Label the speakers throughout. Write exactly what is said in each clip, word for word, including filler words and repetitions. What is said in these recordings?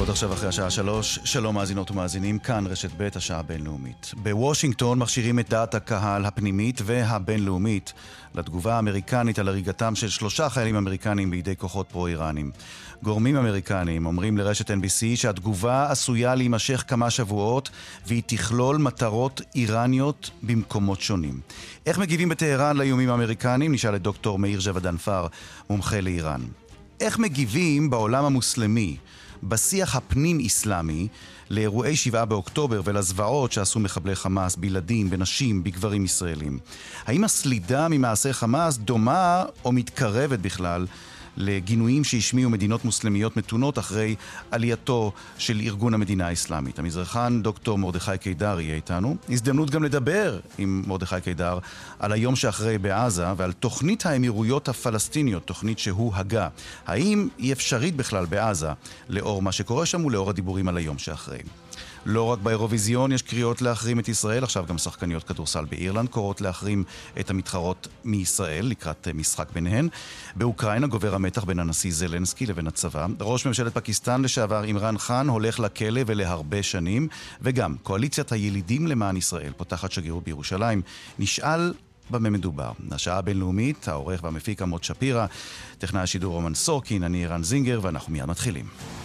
Speaker 1: דקות עכשיו אחרי השעה שלוש. שלום מאזינות ומאזינים, כאן רשת ב' השעה הבינלאומית. בוושינגטון מכשירים את דעת הקהל הפנימית והבינלאומית לתגובה האמריקנית על הריגתם של שלושה חיילים אמריקנים בידי כוחות פרו-איראנים. גורמים אמריקנים אומרים לרשת אן בי סי שהתגובה עשויה להימשך כמה שבועות והיא תכלול מטרות איראניות במקומות שונים. איך מגיבים בטהרן לאיומים האמריקנים? נשאל את דוקטור מאיר ז'בדנפר, מומחה לאיראן. איך מגיבים בעולם המוסלמי בשיח הפנים-איסלאמי לאירועי שבעה באוקטובר ולזוועות שעשו מחבלי חמאס בילדים, בנשים, בגברים ישראלים? האם הסלידה ממעשי חמאס דומה או מתקרבת בכלל לגינויים שהשמיעו מדינות מוסלמיות מתונות אחרי עלייתו של ארגון המדינה האסלאמית? המזרחן דוקטור מרדכי קידר יהיה איתנו. הזדמנות גם לדבר עם מרדכי קידר על היום שאחרי בעזה ועל תוכנית האמירויות הפלסטיניות, תוכנית שהוא הגה. האם היא אפשרית בכלל בעזה לאור מה שקורה שם ולאור הדיבורים על היום שאחרי? לא רק באירוויזיון יש קריאות להחרים את ישראל, עכשיו גם שחקניות כדורסל באירלנד קוראות להחרים את המתחרות מישראל לקראת משחק ביניהן. באוקראינה גובר המתח בין הנשיא זלנסקי לבין הצבא. ראש ממשלת פקיסטן לשעבר אימרן חאן הולך לכלא ולהרבה שנים, וגם קואליציית הילידים למען ישראל פותחת שגרירות בירושלים. נשאל במה מדובר. השעה הבינלאומית, העורך והמפיק עמוד שפירא, טכנאי השידור רומן סורקין, אני ערן זינגר, ואנחנו מיד מתחילים.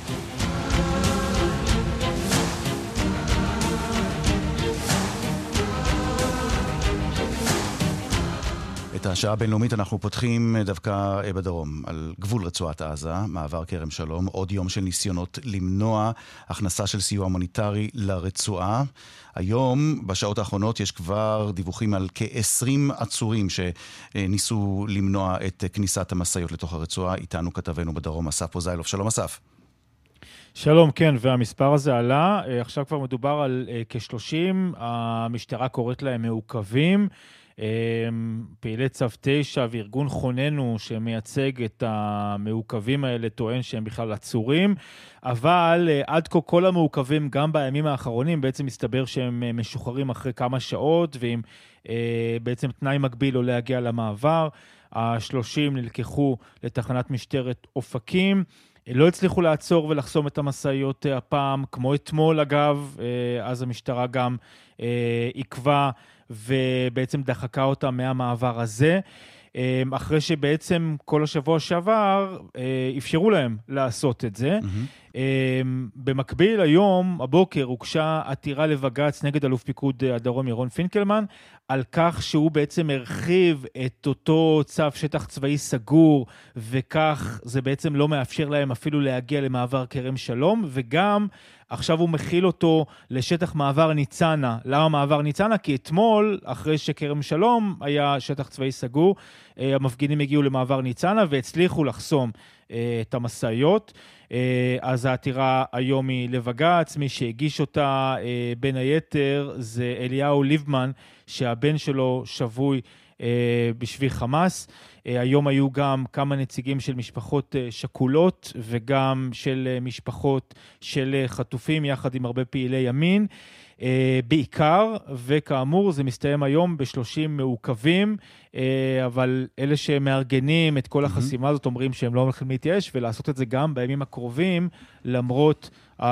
Speaker 1: את השעה הבינלאומית אנחנו פותחים דווקא בדרום, על גבול רצועת עזה, מעבר כרם שלום, עוד יום של ניסיונות למנוע הכנסה של סיוע הומניטרי לרצועה. היום, בשעות האחרונות, יש כבר דיווחים על כ-עשרים עצורים שניסו למנוע את כניסת המשאיות לתוך הרצועה. איתנו כתבנו בדרום, אסף פוזיילוב. שלום אסף.
Speaker 2: שלום, כן, והמספר הזה עלה. עכשיו כבר מדובר על כ-שלושים, המשטרה קוראת להם מעוכבים. פעילי צו תשע וארגון חוננו שמייצג את המעוכבים האלה טוען שהם בכלל עצורים, אבל עד כה כל המעוכבים גם בימים האחרונים בעצם מסתבר שהם משוחררים אחרי כמה שעות, ועם בעצם תנאי מקביל לא להגיע למעבר. השלושים נלקחו לתחנת משטרת אופקים, לא הצליחו לעצור ולחסום את המשאיות הפעם, כמו אתמול אגב, אז המשטרה גם עקבה ובעצם דחקה אותה מהמעבר הזה, אחרי שבעצם כל השבוע שעבר אפשרו להם לעשות את זה. Mm-hmm. במקביל היום, הבוקר, הוגשה עתירה לבג"ץ נגד אלוף פיקוד הדרום ירון פינקלמן, על כך שהוא בעצם הרחיב את אותו צו שטח צבאי סגור, וכך זה בעצם לא מאפשר להם אפילו להגיע למעבר כרם שלום, וגם עכשיו הוא מכיל אותו לשטח מעבר ניצנה. למה מעבר ניצנה? כי אתמול, אחרי שכרם שלום היה שטח צבאי סגור, המפגינים הגיעו למעבר ניצנה והצליחו לחסום את המשאיות. אז העתירה היום היא לבג"ץ, מי שהגיש אותה בין היתר זה אליהו ליבמן, שהבן שלו שבוי בשבי חמאס. היום היו גם כמה נציגים של משפחות שכולות וגם של משפחות של חטופים יחד עם הרבה פעילי ימין. בעיקר, וכאמור זה מסתיים היום ב-שלושים מעוכבים, אבל אלה שמארגנים את כל החסימה הזאת אומרים שהם לא הולכים להתייאש ולעשות את זה גם בימים הקרובים, למרות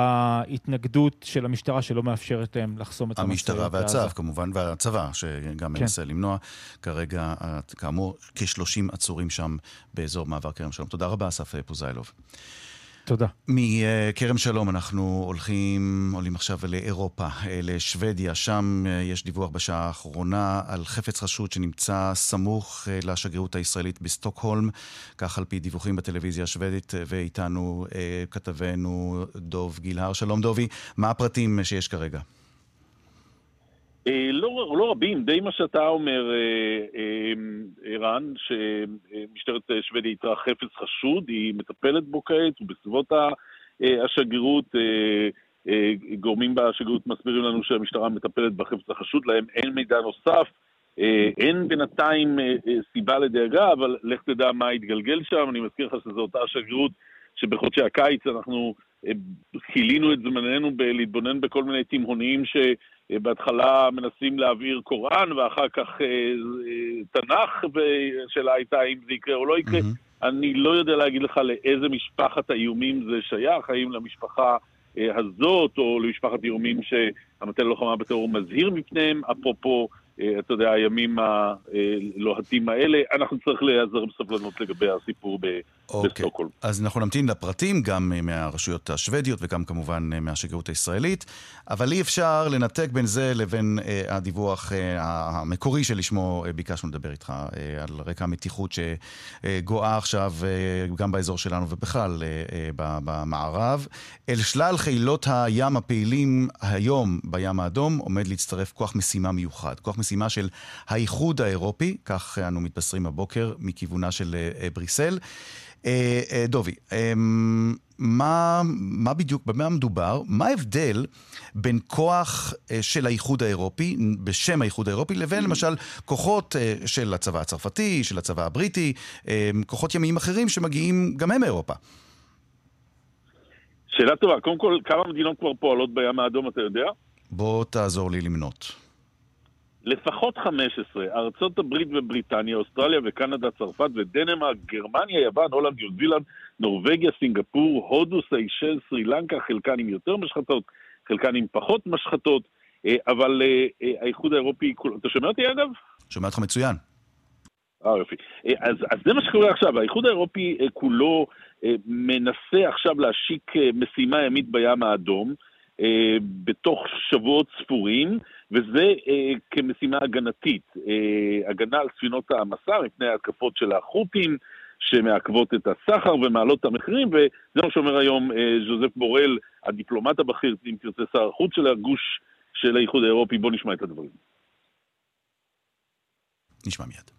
Speaker 2: ההתנגדות של המשטרה שלא מאפשרת להם לחסום את
Speaker 1: המשטרה והצבא כמובן, והצבא שגם מנסה למנוע. כרגע כאמור כ-שלושים עצורים שם באזור מעבר כרם שלום. תודה רבה אסף פוזיילוב.
Speaker 2: תודה.
Speaker 1: מכרם שלום אנחנו הולכים, עולים עכשיו לאירופה, לשוודיה. שם יש דיווח בשעה האחרונה על חפץ חשוד שנמצא סמוך לשגרירות הישראלית בסטוקהולם, כך על פי דיווחים בטלוויזיה השוודית, ואיתנו כתבנו דוב גילהר. שלום דובי, מה הפרטים שיש כרגע?
Speaker 3: לא, לא רבים, די מה שאתה אומר, ערן, שמשטרת שוודיה איתרה חפץ חשוד, היא מטפלת בו כעת, ובסביבות השגרירות, גורמים בשגרירות מסבירים לנו שהמשטרה מטפלת בחפץ החשוד, להם אין מידע נוסף, אין בינתיים סיבה לדאגה, אבל לך תדע מה התגלגל שם. אני מזכיר לך שזו אותה השגרירות שבחודשי הקיץ אנחנו חילינו את זמננו בלהתבונן בכל מיני תימהוניים שבהתחלה מנסים להעביר קוראן ואחר כך תנ"ך, והשאלה הייתה אם זה יקרה או לא יקרה. Mm-hmm. אני לא יודע להגיד לך לאיזה משפחת האיומים זה שייך, האם למשפחה הזאת, או למשפחת איומים שהמטה ללוחמה בטרור מזהיר מפניהם, אפרופו, אתה יודע, הימים הלוהטים האלה, אנחנו צריך להיעזר בסבלנות לגבי הסיפור בסטוקהולם.
Speaker 1: אז אנחנו נמתין לפרטים, גם מהרשויות השוודיות וגם כמובן מהשגרירות הישראלית, אבל אי אפשר לנתק בין זה לבין הדיווח המקורי שלשמו ביקשנו לדבר איתך, על רקע המתיחות שגואה עכשיו גם באזור שלנו ובכלל במערב. אל שלל חילות הים הפעילים היום בים האדום עומד להצטרף כוח משימה מיוחד, כוח משימה של האיחוד האירופי, כך אנו מתבשרים הבוקר מכיוונה של בריסל. דובי, מה, מה בדיוק, במה מדובר? מה ההבדל בין כוח של האיחוד האירופי, בשם האיחוד האירופי, לבין למשל כוחות של הצבא הצרפתי, של הצבא הבריטי, כוחות ימיים אחרים שמגיעים גם הם מאירופה?
Speaker 3: שאלה טובה. קודם כל, כמה מדינות כבר פועלות בים האדום, אתה יודע?
Speaker 1: בוא תעזור לי למנות.
Speaker 3: לפחות חמש עשרה, ארצות הברית ובריטניה, אוסטרליה וקנדה, צרפת ודנמרק, גרמניה, יוון, הולנד, ניו זילנד, נורווגיה, סינגפור, הודו, סיישל, סרי לנקה, חלקן עם יותר משחטות, חלקן עם פחות משחטות, אבל האיחוד האירופי, אתה שומע אותי אגב?
Speaker 1: שומע אותך מצוין.
Speaker 3: אה, יופי. אז, אז זה מה שקורה עכשיו, האיחוד האירופי כולו מנסה עכשיו להשיק משימה ימית בים האדום, בתוך שבועות ספורים, וזה אה, כמשימה הגנתית, אה, הגנה על ספינות המסע מפני ההתקפות של החות'ים שמעכבות את הסחר ומעלות את המחירים, וזה מה שאומר היום אה, ז'וזף בורל, הדיפלומט הבכיר, אם תרצה שר החוץ של הגוש של האיחוד האירופי. בוא נשמע את הדברים.
Speaker 1: נשמע מיד.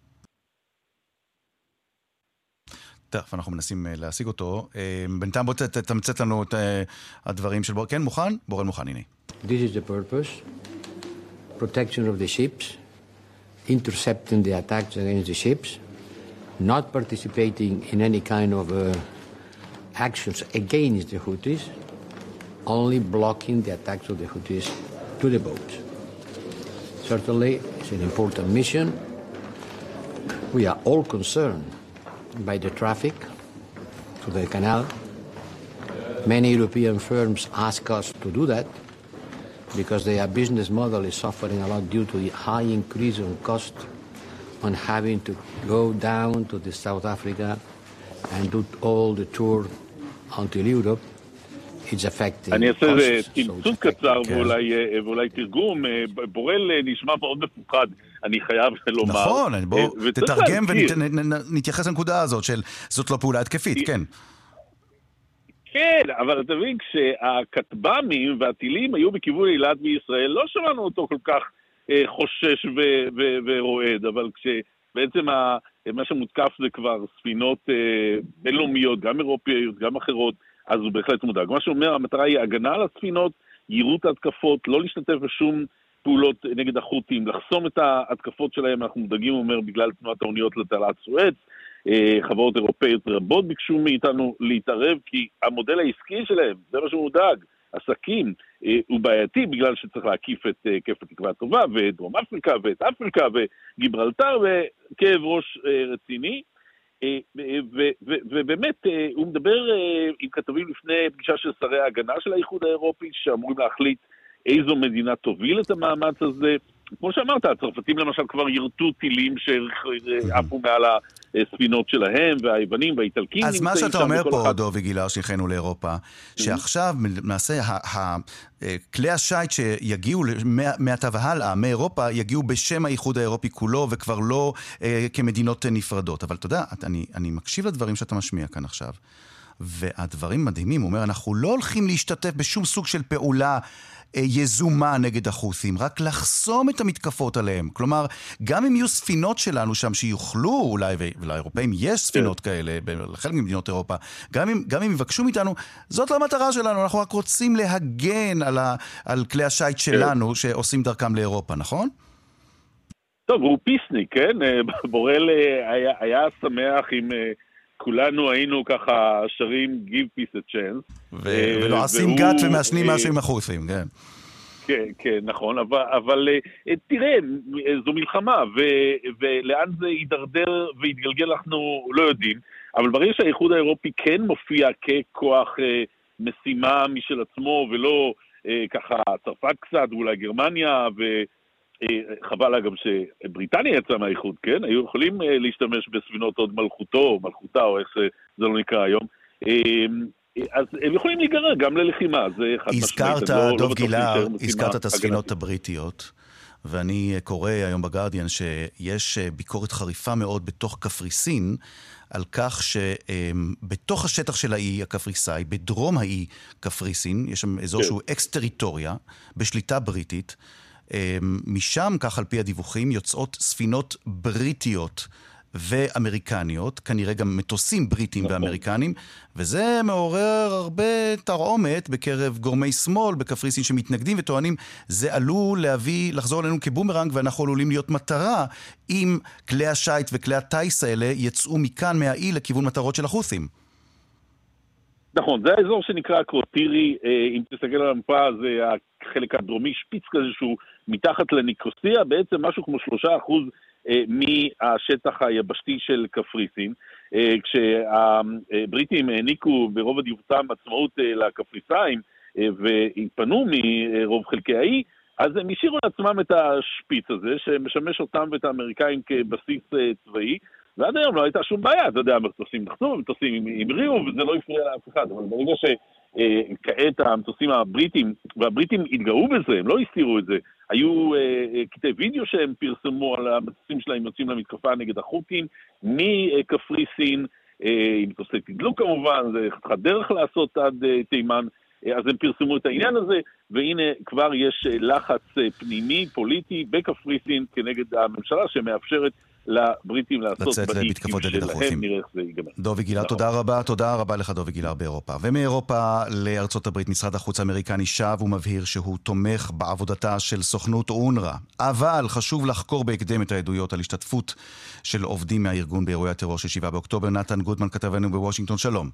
Speaker 1: תכף אנחנו מנסים להשיג אותו. בינתיים בוא תמצאת לנו את הדברים של בורל. כן, מוכן? בורל מוכן, הנה.
Speaker 4: This is the purpose. Protection of the ships, intercepting the attacks against the ships, not participating in any kind of uh, actions against the Houthis, only blocking the attacks of the Houthis to the boats. Certainly, it's an important mission. We are all concerned by the traffic to the canal. Many European firms ask us to do that because their business model is suffering a lot due to the high increase in cost on having to go down to the South Africa and do all the tour until Europe. It's affecting
Speaker 3: אני אעשה איזה תמצות קצר ואולי תרגום. בורל נשמע מאוד מפוחד, אני חייב לומר.
Speaker 1: נכון, בואו תתרגם ונתייחס לנקודה הזאת של זאת לא פעולה התקפית, כן.
Speaker 3: כן, אבל אתה מבין, כשהכטב"מים והטילים היו בכיוון אילת בישראל, לא שמענו אותו כל כך חושש ורועד, אבל כשבעצם מה שמותקף זה כבר ספינות בינלאומיות, גם אירופיות, גם אחרות, אז הוא בהחלט מודאג. מה שאומר, המטרה היא הגנה על הספינות, יירוט ההתקפות, לא להשתתף בשום פעולות נגד החות'ים, לחסום את ההתקפות שלהם. אנחנו מודאגים, הוא אומר, בגלל תנועת האוניות לתעלת סואץ. חברות אירופאיות רבות ביקשו מאיתנו להתערב, כי המודל העסקי שלהם, זה מה שהוא מודאג, עסקים, הוא בעייתי בגלל שצריך להקיף את כיף התקווה הטובה, ואת דרום אפריקה, ואת אפריקה, וגיברלטר, וכאב ראש רציני. ובאמת הוא מדבר עם כתבים לפני פגישה של שרי ההגנה של האיחוד האירופי, שאמורים להחליט איזו מדינה תוביל את המאמץ הזה. כמו שאמרת, הצרפתים למשל כבר ירטו טילים שעפו מעל הספינות שלהם, והיוונים והאיטלקים.
Speaker 1: אז מה שאתה אומר פה, דובי גילר, שהכנו לאירופה, שעכשיו למעשה כלי השייט שיגיעו מעתה והלאה, מאירופה, יגיעו בשם האיחוד האירופי כולו, וכבר לא כמדינות נפרדות. אבל אתה יודע, אני מקשיב לדברים שאתה משמיע כאן עכשיו, והדברים מדהימים. הוא אומר, אנחנו לא הולכים להשתתף בשום סוג של פעולה יזומה נגד החות'ים, רק לחסום את המתקפות עליהם. כלומר, גם אם יהיו ספינות שלנו שם שיוכלו, אולי, ולאירופאים יש ספינות כאלה, לחלק ממדינות אירופה, גם אם, גם אם יבקשו מאיתנו, זאת לא המטרה שלנו, אנחנו רק רוצים להגן על, ה, על כלי השייט שלנו שעושים דרכם לאירופה, נכון?
Speaker 3: טוב, הוא פיסניק, כן? בורל היה, היה שמח עם... כולנו היינו ככה שרים give peace a chance.
Speaker 1: ולא עשים גת ומעשנים משהו עם החות'ים, כן.
Speaker 3: כן, כן, נכון, אבל, אבל תראה, זו מלחמה, ו, ולאן זה יידרדר ויתגלגל אנחנו לא יודעים, אבל ברגע שהאיחוד האירופי כן מופיע ככוח משימה משל עצמו, ולא אה, ככה צרפת קצת, ואולי גרמניה, וחבל אגב שבריטניה יצאה מהאיחוד, כן? היו יכולים אה, להשתמש בספינות עוד מלכותו, או מלכותה, או איך זה לא נקרא היום. אה, אז הם יכולים להיגרר גם ללחימה, זה חד משמעית.
Speaker 1: הזכרת,
Speaker 3: לא,
Speaker 1: דוב
Speaker 3: לא
Speaker 1: גילר, הזכרת את הספינות
Speaker 3: הגנתית.
Speaker 1: הבריטיות, ואני קורא היום בגרדיאן שיש ביקורת חריפה מאוד בתוך קפריסין, על כך שבתוך השטח של האי הקפריסאי, בדרום האי קפריסין, יש שם אזור שהוא אקס-טריטוריה, בשליטה בריטית, משם, כך על פי הדיווחים, יוצאות ספינות בריטיות ואמריקניות, כנראה גם מטוסים בריטים ואמריקנים, וזה מעורר הרבה תרעומת בקרב גורמי שמאל בקפריסין שמתנגדים וטוענים, זה עלול להביא, לחזור אלינו כבומרנג, ואנחנו עלולים להיות מטרה אם כלי השייט וכלי הטייס האלה יצאו מכאן מהאי לכיוון מטרות של החות'ים.
Speaker 3: נכון, זה האזור שנקרא קרוטירי, אם תסתכל על המפה, זה החלק הדרומי, שפיץ כזה שהוא מתחת לניקוסיה, בעצם משהו כמו שלושה אחוז מהשטח היבשתי של קפריסין, כשהבריטים העניקו ברוב הדיווחתם עצמאות לקפריסאים והתפנו מרוב חלקי האי, אז הם השאירו לעצמם את השפיץ הזה שמשמש אותם ואת האמריקאים כבסיס צבאי, ועד היום לא הייתה שום בעיה, אתה יודע, המטוסים נחתו, המטוסים המריאו, וזה לא הפריע לאף אחד, אבל ברגע שכעת המטוסים הבריטים, והבריטים התגאו בזה, הם לא הסתירו את זה, היו קטעי וידאו שהם פרסמו על המטוסים שלהם יוצאים למתקפה נגד החות'ים, מקפריסין, עם מטוסי תדלוק כמובן, זה חתיכת דרך לעשות עד תימן, אז הם פרסמו את העניין הזה, והנה כבר יש לחץ פנימי, פוליטי, בקפריסין, כנגד הממשלה שמאפשרת לבריטים לעשות באי שלהם, נראה איך זה ייגמר.
Speaker 1: דובי גילר, תודה רבה, תודה רבה לך דובי גילר באירופה. ומאירופה לארצות הברית, משרד החוץ האמריקני שב ומבהיר שהוא תומך בעבודתה של סוכנות אונר"א, אבל חשוב לחקור בהקדם את העדויות על השתתפות של עובדים מהארגון באירועי הטרור של שבעה באוקטובר. נתן גוטמן כתבנו בוושינגטון, שלום.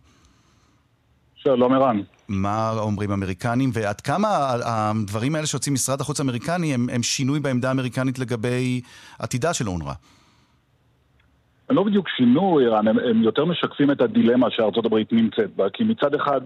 Speaker 5: שלום ערן.
Speaker 1: מה אומרים אמריקנים, ועד כמה הדברים האלה שיוצאים משרד החוץ האמריקני הם, הם שינוי בעמדה האמריקנית לגבי עתידה של אונר"א?
Speaker 5: הם לא בדיוק שינוי, הם, הם יותר משקפים את הדילמה שארצות הברית נמצאת בה, כי מצד אחד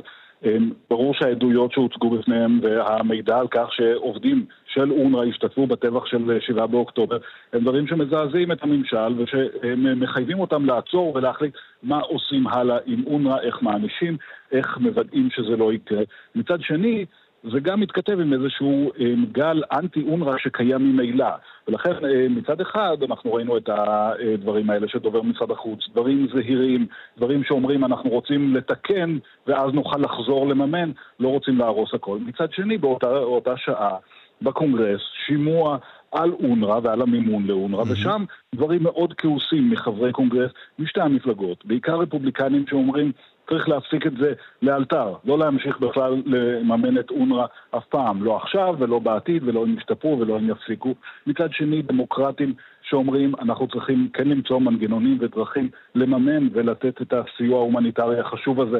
Speaker 5: ברור שהעדויות שהוצגו בפניהם והמידע על כך שעובדים של אונר"א השתתפו בטבח של שבעה באוקטובר, הם דברים שמזעזעים את הממשל ושמחייבים אותם לעצור ולהחליט מה עושים הלאה עם אונר"א, איך מענישים, איך מוודאים שזה לא יקרה. מצד שני, זה גם מתכתב עם איזשהו גל אנטי-אונר"א שקיים ממילא. ולכן מצד אחד אנחנו ראינו את הדברים האלה שדובר משרד החוץ, דברים זהירים, דברים שאומרים אנחנו רוצים לתקן ואז נוכל לחזור לממן, לא רוצים להרוס הכל. מצד שני באותה אותה שעה בקונגרס שימוע על אונר"א ועל המימון לאונר"א, mm-hmm. ושם דברים מאוד כעוסים מחברי קונגרס משתי המפלגות, בעיקר רפובליקנים שאומרים צריך להפסיק את זה לאלתר, לא להמשיך בכלל לממן את אונר"א אף פעם, לא עכשיו ולא בעתיד ולא אם ישתפרו ולא אם יפסיקו. מצד שני דמוקרטים שאומרים אנחנו צריכים כן למצוא מנגנונים ודרכים לממן ולתת את הסיוע ההומניטרי החשוב הזה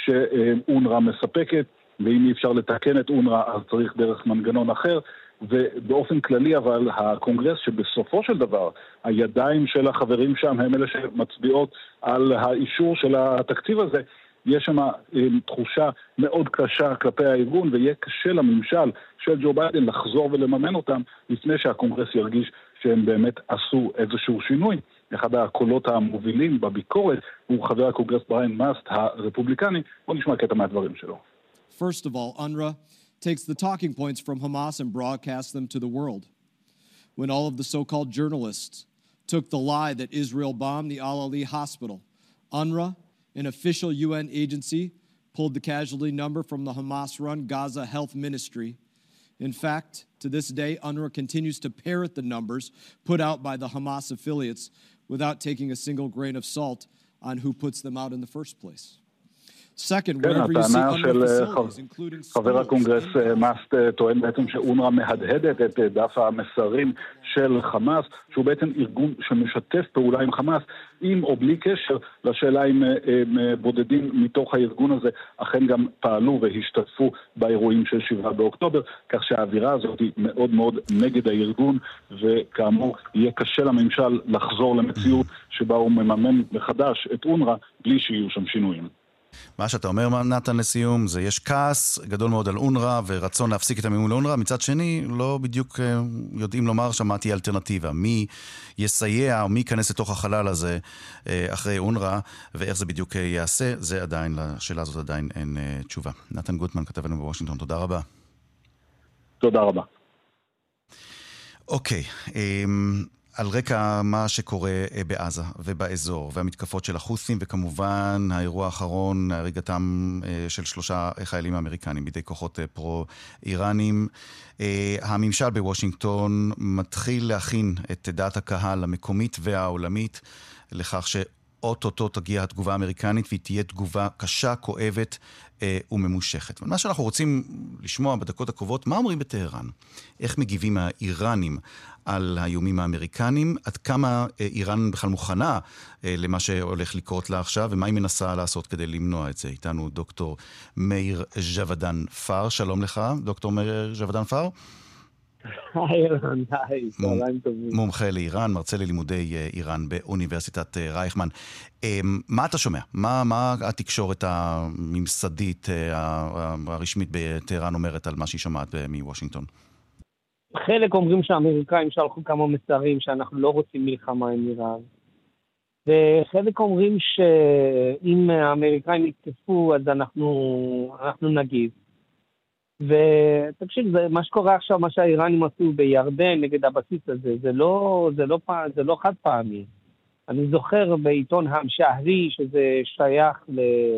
Speaker 5: שאונר"א מספקת, ואם אי אפשר לתקן את אונר"א אז צריך דרך מנגנון אחר. ובאופן כללי אבל הקונגרס שבסופו של דבר הידיים של החברים שם הם אלה שמצביעות על האישור של התקציב הזה, יש שם תחושה מאוד קשה כלפי הארגון ויהיה קשה לממשל של ג'ו ביידן לחזור ולממן אותם לפני שהקונגרס ירגיש שהם באמת עשו איזשהו שינוי. אחד הקולות המובילים בביקורת הוא חבר הקונגרס בריין מאסט הרפובליקני. בוא נשמע קטע מהדברים שלו.
Speaker 6: First of all, UNRWA takes the talking points from Hamas and broadcasts them to the world. When all of the so-called journalists took the lie that Israel bombed the Al-Ali hospital, UNRWA, an official U N agency, pulled the casualty number from the Hamas-run Gaza Health Ministry. In fact, to this day, UNRWA continues to parrot the numbers put out by the Hamas affiliates without taking a single grain of salt on who puts them out in the first place.
Speaker 5: כן, הטענה של חבר הקונגרס מאסט טוען בעצם שאונר"א מהדהדת את דף המסרים של חמאס, שהוא בעצם ארגון שמשתף פעולה עם חמאס, עם או בלי קשר לשאלה אם בודדים מתוך הארגון הזה אכן גם פעלו והשתתפו באירועים של שבעה באוקטובר, כך שהאווירה הזאת היא מאוד מאוד נגד הארגון, וכאמור יהיה קשה לממשל לחזור למציאות שבה הוא מממן מחדש את אונר"א בלי שיהיו שם שינויים.
Speaker 1: מה שאתה אומר, נתן, לסיום, זה יש כעס גדול מאוד על אונר"א ורצון להפסיק את המימון לאונר"א. מצד שני, לא בדיוק יודעים לומר שמה תהיה אלטרנטיבה. מי יסייע או מי ייכנס לתוך החלל הזה אחרי אונר"א, ואיך זה בדיוק יעשה, זה עדיין, לשאלה הזאת עדיין אין תשובה. נתן גוטמן, כתבנו בוושינגטון, תודה רבה.
Speaker 5: תודה רבה.
Speaker 1: אוקיי, על רקע מה שקורה בעזה ובאזור והמתקפות של החות'ים, וכמובן האירוע האחרון, הריגתם של שלושה חיילים האמריקנים בידי כוחות פרו-איראנים, הממשל בוושינגטון מתחיל להכין את דעת הקהל המקומית והעולמית לכך שאוטוטו תגיע התגובה האמריקנית, והיא תהיה תגובה קשה, כואבת וממושכת. מה שאנחנו רוצים לשמוע בדקות הקרובות, מה אומרים בטהרן? איך מגיבים האיראנים על האיומים האמריקנים? עד כמה איראן בכלל מוכנה למה שהולך לקרות לה עכשיו, ומה היא מנסה לעשות כדי למנוע את זה? איתנו דוקטור מאיר ז'וודאן פאר. שלום לך, דוקטור מאיר ז'וודאן פאר.
Speaker 7: היי איראן, היי, סליים טובים.
Speaker 1: מומחה לאיראן, מרצה ללימודי איראן באוניברסיטת רייכמן. מה אתה שומע? מה, מה התקשורת הממסדית הרשמית בטהרן אומרת על מה שהיא שומעת מוושינגטון?
Speaker 7: חלק אומרים שהאמריקאים שלחו כמה מסרים שאנחנו לא רוצים מלחמה עם איראן. וחלק אומרים שאם האמריקאים יתקפו אז אנחנו, אנחנו נגיב. ותקשיב, זה, מה שקורה עכשיו, מה שהאיראנים עשו בירדן נגד הבסיס הזה, זה לא, זה לא, זה לא חד פעמי. אני זוכר בעיתון המשהרי, שזה שייך ל,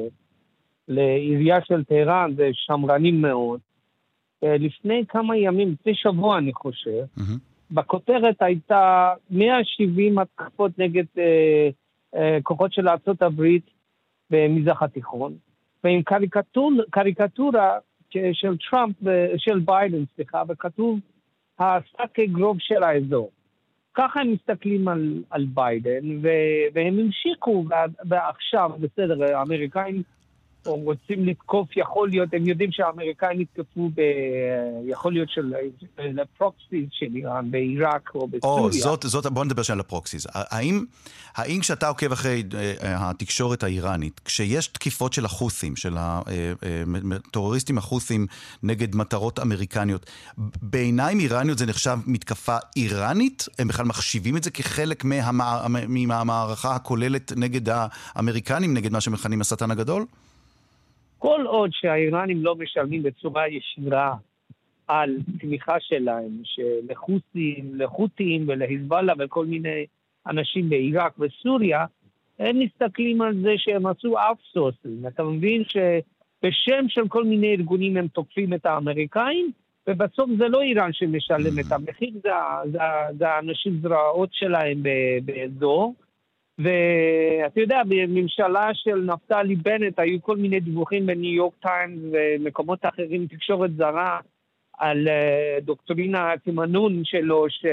Speaker 7: לעירייה של טהרן, זה שמרנים מאוד. לפני כמה ימים, לפני שבוע אני חושב, mm-hmm. בכותרת הייתה מאה ושבעים התקפות נגד אה, אה, כוחות של ארצות הברית במזרח התיכון, ועם קריקטור, קריקטורה של טראמפ, של ביידן, סליחה, וכתוב השק אגרוף של האזור. ככה הם מסתכלים על, על ביידן, ו, והם המשיכו, ועכשיו, בסדר, האמריקאים רוצים לתקוף, יכול להיות, הם יודעים שהאמריקאים יתקפו ב... יכול להיות של הפרוקסיס של איראן, בעיראק או בסוריה.
Speaker 1: או, זאת, זאת, בוא נדבר שם על הפרוקסיס. האם, האם כשאתה עוקב אחרי התקשורת האיראנית, כשיש תקיפות של החות'ים, של הטרוריסטים החות'ים נגד מטרות אמריקניות, בעיניים איראניות זה נחשב מתקפה איראנית? הם בכלל מחשיבים את זה כחלק מהמע... מהמערכה הכוללת נגד האמריקנים, נגד מה שמכנים השטן הגדול?
Speaker 7: כל עוד שהאיראנים לא משלמים בצורה ישירה על תמיכה שלהם, שלחות'ים, לחות'ים ולחיזבאללה וכל מיני אנשים בעיראק וסוריה, הם מסתכלים על זה שהם עשו אאוטסורסינג. אתה מבין שבשם של כל מיני ארגונים הם תוקפים את האמריקאים, ובסוף זה לא איראן שמשלם את המחיר, זה, זה, זה האנשים זרעות שלהם באזור, ואתה יודע, בממשלה של נפתלי בנט היו כל מיני דיווחים בניו יורק טיימס ומקומות אחרים, תקשורת זרה, על uh, דוקטרינה התימנון שלו, ש,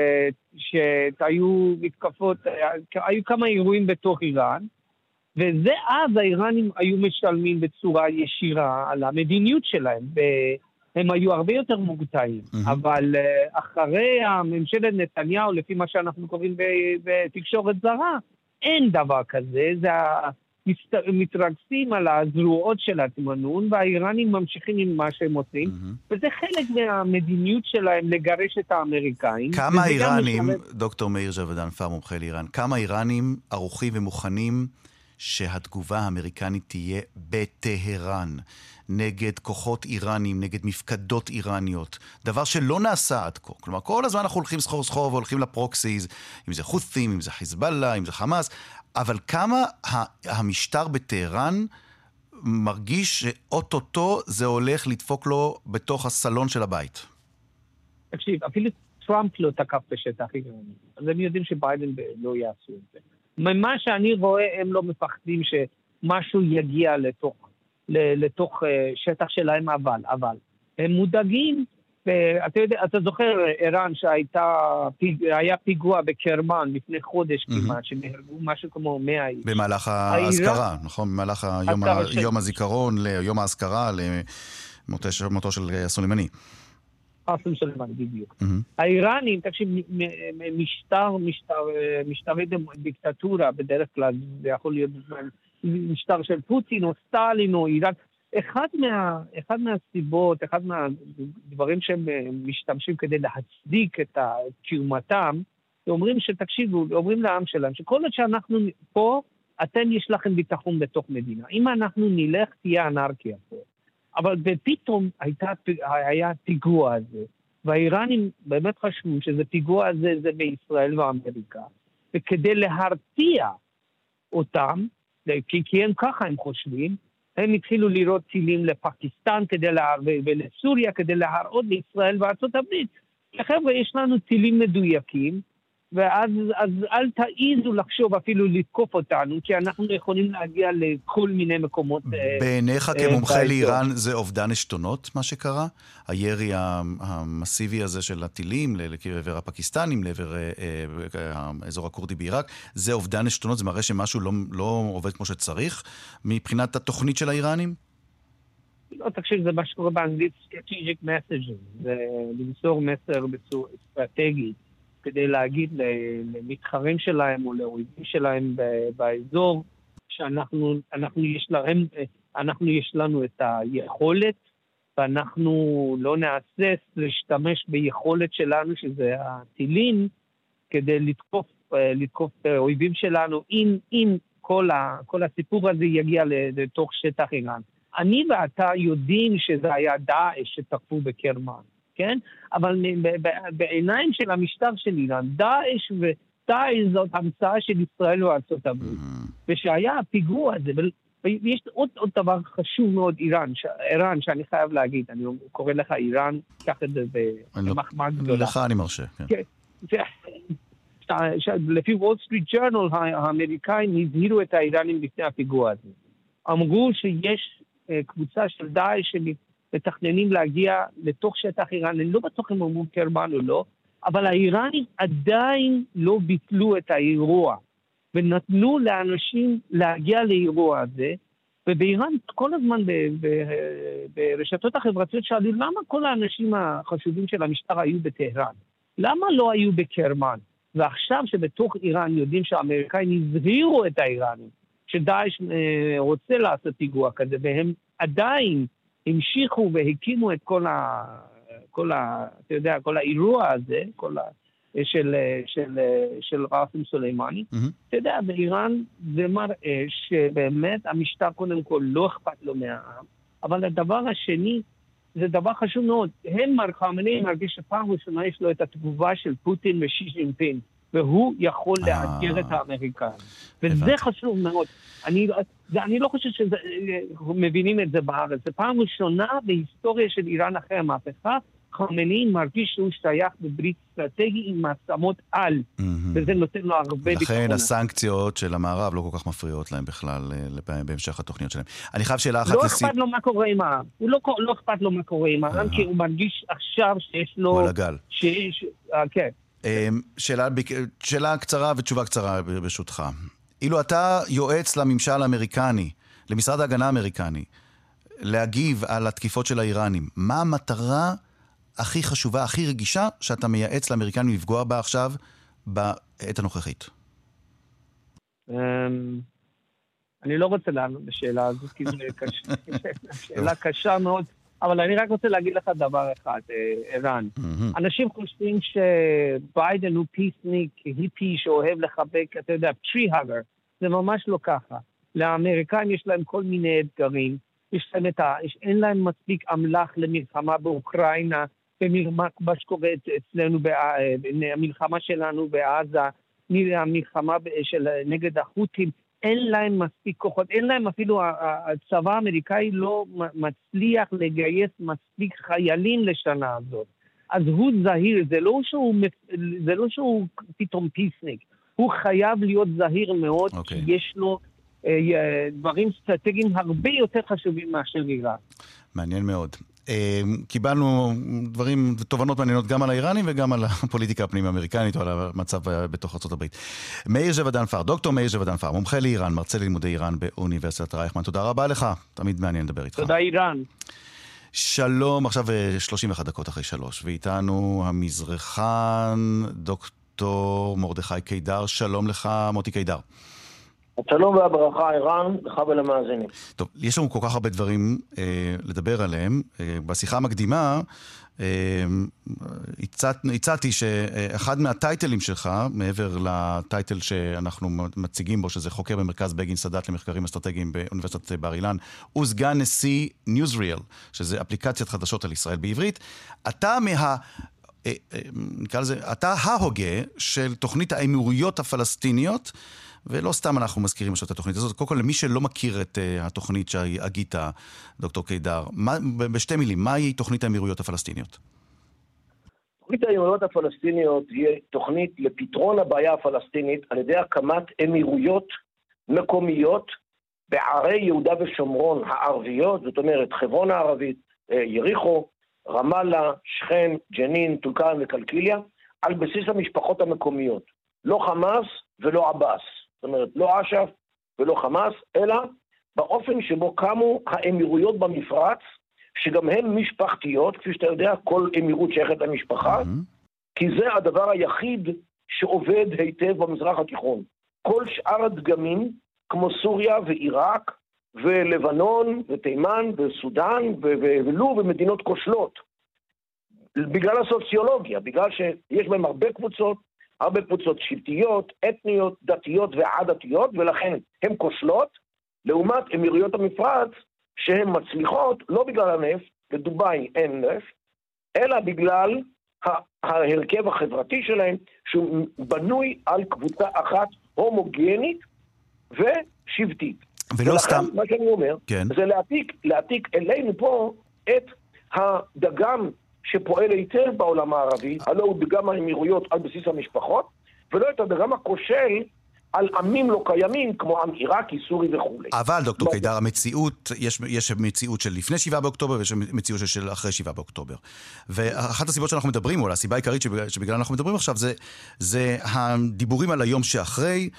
Speaker 7: שהיו מתקפות, היו כמה אירועים בתוך איראן, וזה אז האיראנים היו משלמים בצורה ישירה על המדיניות שלהם, והם היו הרבה יותר מוגטעים. Mm-hmm. אבל uh, אחרי הממשלת נתניהו, לפי מה שאנחנו קוראים בתקשורת זרה, אין דבר כזה, זה מתרגסים על הזרועות של התימנון, והאיראנים ממשיכים עם מה שהם עושים, mm-hmm. וזה חלק מהמדיניות שלהם לגרש את האמריקאים.
Speaker 1: כמה איראנים, משלם... דוקטור מאיר ז'וודאן פאר, מומחה לאיראן, כמה איראנים ערוכים ומוכנים שהתגובה האמריקנית תהיה בטהרן, נגד כוחות איראנים, נגד מפקדות איראניות, דבר שלא נעשה עד כה. כלומר, כל הזמן אנחנו הולכים סחור סחור והולכים לפרוקסיז, אם זה חות'ים, אם זה חיזבאללה, אם זה חמאס, אבל כמה המשטר בטהרן מרגיש שאוטוטו זה הולך לדפוק לו בתוך הסלון של הבית?
Speaker 7: תקשיב, אפילו טראמפ לא תקף בשטח איראני, אז הם יודעים שביידן לא יעשו את זה. ממה שאני רואה, הם לא מפחדים שמשהו יגיע לתוך לתוך שטח שלהם, אבל, אבל, הם מודאגים, ואתה יודע, אתה זוכר, איראן, שהייתה, היה פיגוע בקרמן לפני חודש כמעט, שנהרגו משהו כמו מאה איש.
Speaker 1: במהלך ההזכרה, נכון? במהלך יום הזיכרון, יום ההזכרה, למותו של סולימני.
Speaker 7: חסם סולימני, בדיוק. האיראנים, תקשיב, משטר, משטר, משטרי דיקטטורה, בדרך כלל, זה יכול להיות משטר של פוטין או סטלין או איראן. אחד, מה, אחד מהסיבות, אחד מהדברים שהם משתמשים כדי להצדיק את קיומתם, אומרים שתקשיבו, אומרים לעם שלהם, שכל עוד שאנחנו פה, אתם יש לכם ביטחון בתוך מדינה. אם אנחנו נלך, תהיה אנרכיה פה. אבל פתאום הייתה, היה פיגוע הזה, והאיראנים באמת חשבו שזה פיגוע הזה, זה בישראל ואמריקה. וכדי להרתיע אותם, כי, כי הם ככה הם חושבים, הם התחילו לראות טילים לפקיסטן כדי לה, ולסוריה כדי להראות לישראל וארצות הברית. חבר'ה, יש לנו טילים מדויקים, ואז אז אל תעיזו לחשוב אפילו לתקוף אותנו, כי אנחנו יכולים להגיע לכל מיני מקומות.
Speaker 1: בעיניך כמומחה לאיראן זה אובדן עשתונות, מה שקרה? הירי המסיבי הזה של הטילים לעבר הפקיסטנים, לעבר האזור הקורדי בעיראק, זה אובדן עשתונות? זה מראה שמשהו לא, לא עובד כמו שצריך מבחינת התוכנית של האיראנים?
Speaker 7: לא, תקשיב, זה מה שקורה באנגלית strategic messaging, זה למסור מסר בצורה אסטרטגית, כדי להגיד למתחרים שלהם או לאויבים שלהם באזור, שאנחנו אנחנו יש להם, אנחנו יש לנו את היכולת, ואנחנו לא נעשס להשתמש ביכולת שלנו, שזה הטילים, כדי לתקוף, לתקוף אויבים שלנו, אם, אם כל, ה, כל הסיפור הזה יגיע לתוך שטח איראן. אני ואתה יודעים שזה היה דאעש שתקפו בקרמן. כן? אבל בעיניים של המשטר של איראן, דאעש ודאעש זאת המצאה של ישראל וארצות הברית. ושהיה הפיגוע הזה, ויש עוד, עוד דבר חשוב מאוד, איראן, ש... איראן, שאני חייב להגיד, אני קורא לך איראן, קח את זה במחמאה גדולה.
Speaker 1: לך אני מרשה, כן.
Speaker 7: כן. לפי וול סטריט ג'ורנל, האמריקאים הזהירו את האיראנים לפני הפיגוע הזה. אמרו שיש קבוצה של דאעש שלי, מתכננים להגיע לתוך שטח איראן, אני לא בטוח אם אמרו קרבן או לא, אבל האיראנים עדיין לא ביטלו את האירוע, ונתנו לאנשים להגיע לאירוע הזה, ובאיראן כל הזמן ברשתות החברתיות שאלו, למה כל האנשים החשובים של המשטר היו בטהרן? למה לא היו בקרמן? ועכשיו שבתוך איראן יודעים שהאמריקאים הזהירו את האיראנים, שדאעש רוצה לעשות פיגוע כזה, והם עדיין המשיכו והקימו את כל ה, כל ה, אתה יודע, כל האירוע הזה, כל ה, של, של, של ראסם סולימני. Mm-hmm. אתה יודע, באיראן זה מראה שבאמת המשטר קודם כל לא אכפת לו מהעם, אבל הדבר השני, זה דבר חשוב מאוד. הם מרחמנים מרגיש שפעם ראשונה יש לו את התגובה של פוטין ושי ג'ינפינג, והוא יכול לאתגר את האמריקאים. וזה חשוב מאוד. אני, אני לא חושב שמבינים את זה בארץ. זה פעם ראשונה בהיסטוריה של איראן אחרי המהפכה, חמינאי מרגיש שהוא שייך בברית אסטרטגי עם מעצמות על, וזה נותן לו הרבה ביטחון.
Speaker 1: לכן הסנקציות של המערב לא כל כך מפריעות להם בכלל בהמשך התוכניות שלהם. אני חייב שאלה אחת...
Speaker 7: לא אכפת לו מה קורה עם העם. הוא לא אכפת לו מה קורה עם העם, כי הוא מרגיש עכשיו שיש לו...
Speaker 1: הוא על הגל.
Speaker 7: כן.
Speaker 1: שאלה, שאלה קצרה ותשובה קצרה ברשותך. אילו אתה יועץ לממשל האמריקני, למשרד ההגנה האמריקני, להגיב על התקיפות של האיראנים, מה המטרה הכי חשובה, הכי רגישה, שאתה מייעץ לאמריקנים לפגוע בה עכשיו בעת הנוכחית?
Speaker 7: אני לא רוצה לענות בשאלה הזאת, כי זו שאלה קשה מאוד, אבל אני רק רוצה להגיד לך דבר אחד, איראן. אנשים חושבים שביידן הוא פיסניק, היפי שאוהב לחבק, אתה יודע, טרי הגר. זה ממש לא ככה. לאמריקאים יש להם כל מיני אתגרים, יש להם את ה... אין להם מספיק אמל"ח למלחמה באוקראינה, מה שקורה אצלנו, המלחמה שלנו בעזה, המלחמה של נגד החות'ים, אין להם מספיק כוחות, אין להם אפילו, הצבא האמריקאי לא מצליח לגייס מספיק חיילים לשנה הזאת. אז הוא זהיר, זה לא שהוא, זה לא שהוא פתאום פיסניק, הוא חייב להיות זהיר מאוד, okay. כי יש לו אה, דברים אסטרטגיים הרבה יותר חשובים מאשר איראן.
Speaker 1: מעניין מאוד. קיבלנו דברים ותובנות מעניינות גם על האיראנים וגם על הפוליטיקה הפנים האמריקנית או על המצב בתוך ארצות הברית. מאיר ז'בדן-פאר, דוקטור מאיר ז'בדן-פאר, מומחה לאיראן, מרצה ללימודי איראן באוניברסיטת רייכמן. תודה רבה לך, תמיד מעניין לדבר איתך.
Speaker 7: תודה איראן.
Speaker 1: שלום, עכשיו שלושים ואחת דקות אחרי שלוש, ואיתנו המזרחן דוקטור מרדכי קידר. שלום לך, מוטי קידר.
Speaker 8: שלום והברכה, ערן, לך ולמאזינים.
Speaker 1: טוב, יש לנו כל כך הרבה דברים אה, לדבר עליהם. אה, בשיחה המקדימה, אה, הצעת, הצעתי שאחד מהטייטלים שלך, מעבר לטייטל שאנחנו מציגים בו, שזה חוקר במרכז בגין סאדאת למחקרים אסטרטגיים באוניברסיטת בר אילן, הוא סגן נשיא Newsreel, שזה אפליקציית חדשות על ישראל בעברית. אתה מה... נקרא לזה, אתה ההוגה של תוכנית האמירויות הפלסטיניות, ולא סתם אנחנו מזכירים את התוכנית הזאת. קודם כל, למי שלא מכיר את uh, התוכנית שהגית, דוקטור קידר, מה, בשתי מילים, מהי תוכנית האמירויות הפלסטיניות?
Speaker 8: תוכנית האמירויות הפלסטיניות היא תוכנית לפתרון הבעיה הפלסטינית על ידי הקמת אמירויות מקומיות בערי יהודה ושומרון הערביות, זאת אומרת חברון הערבית, יריחו, רמאללה, שכם, ג'נין, טולכרם וקלקיליה, על בסיס המשפחות המקומיות. לא חמאס ולא עבאס. זאת אומרת, לא אש"ף ולא חמאס, אלא באופן שבו קמו האמירויות במפרץ, שגם הן משפחתיות, כפי שאתה יודע, כל אמירות שייכת למשפחה, mm-hmm. כי זה הדבר היחיד שעובד היטב במזרח התיכון. כל שאר הדגמים, כמו סוריה ועיראק, ולבנון, ותימן, וסודן, ולוב, ומדינות כושלות. בגלל הסוציולוגיה, בגלל שיש בהם הרבה קבוצות, הרבה קבוצות שבטיות, אתניות, דתיות ועדתיות, ולכן הן כושלות, לעומת אמירויות המפרץ, שהן מצליחות, לא בגלל הנפט, לדובאי אין נפט, אלא בגלל ההרכב החברתי שלהם, שהוא בנוי על קבוצה אחת הומוגנית ושבטית.
Speaker 1: ולא סתם...
Speaker 8: מה שאני אומר,
Speaker 1: כן.
Speaker 8: זה להעתיק, להעתיק אלינו פה את הדגם שפועל היטב בעולם הערבי, הלא הוא דגם האמירויות על בסיס המשפחות, ולא את הדגם הכושל על עמים לא קיימים, כמו עם עיראקי, סורי וכו'.
Speaker 1: אבל, דוקטור קידר, המציאות, יש, יש מציאות של לפני שבעה באוקטובר, ויש מציאות של אחרי שבעה באוקטובר. ואחת הסיבות שאנחנו מדברים, או הסיבה העיקרית שבגלל אנחנו מדברים עכשיו, זה, זה הדיבורים על היום שאחרי,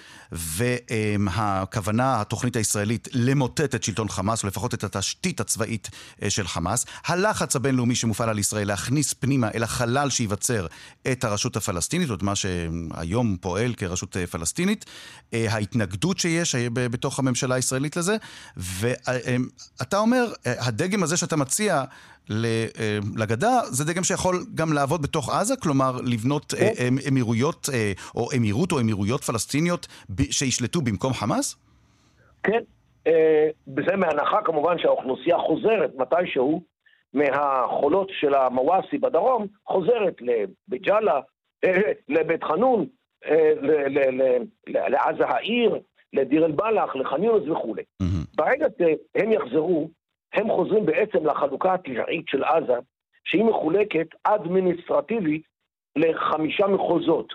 Speaker 1: והכוונה, התוכנית הישראלית, למוטט את שלטון חמאס, או לפחות את התשתית הצבאית של חמאס, הלחץ הבינלאומי שמופעל על ישראל, להכניס פנימה אל החלל שיווצר את הרשות הפלסטינית, או את מה שהיום פועל כרשות פלסטינית, ההתנגדות שיש בתוך הממשלה הישראלית לזה, ואתה אומר, הדגם הזה שאתה מציע לגדה, זה דגם שיכול גם לעבוד בתוך עזה, כלומר לבנות אמירויות, או אמירות או אמירויות פלסטיניות שישלטו במקום חמאס?
Speaker 8: כן, בזה מהנחה כמובן שהאוכלוסייה חוזרת מתישהו מהחולות של המוואסי בדרום, חוזרת לבית ג'אלה, לבית חנון, לעזה העיר, לדיר אל בלח, לח'אן יונס וכו'. ברגע שהם יחזרו, הם חוזרים בעצם לחלוקה הטבעית של עזה, שהיא מחולקת אדמיניסטרטיבית לחמישה מחוזות.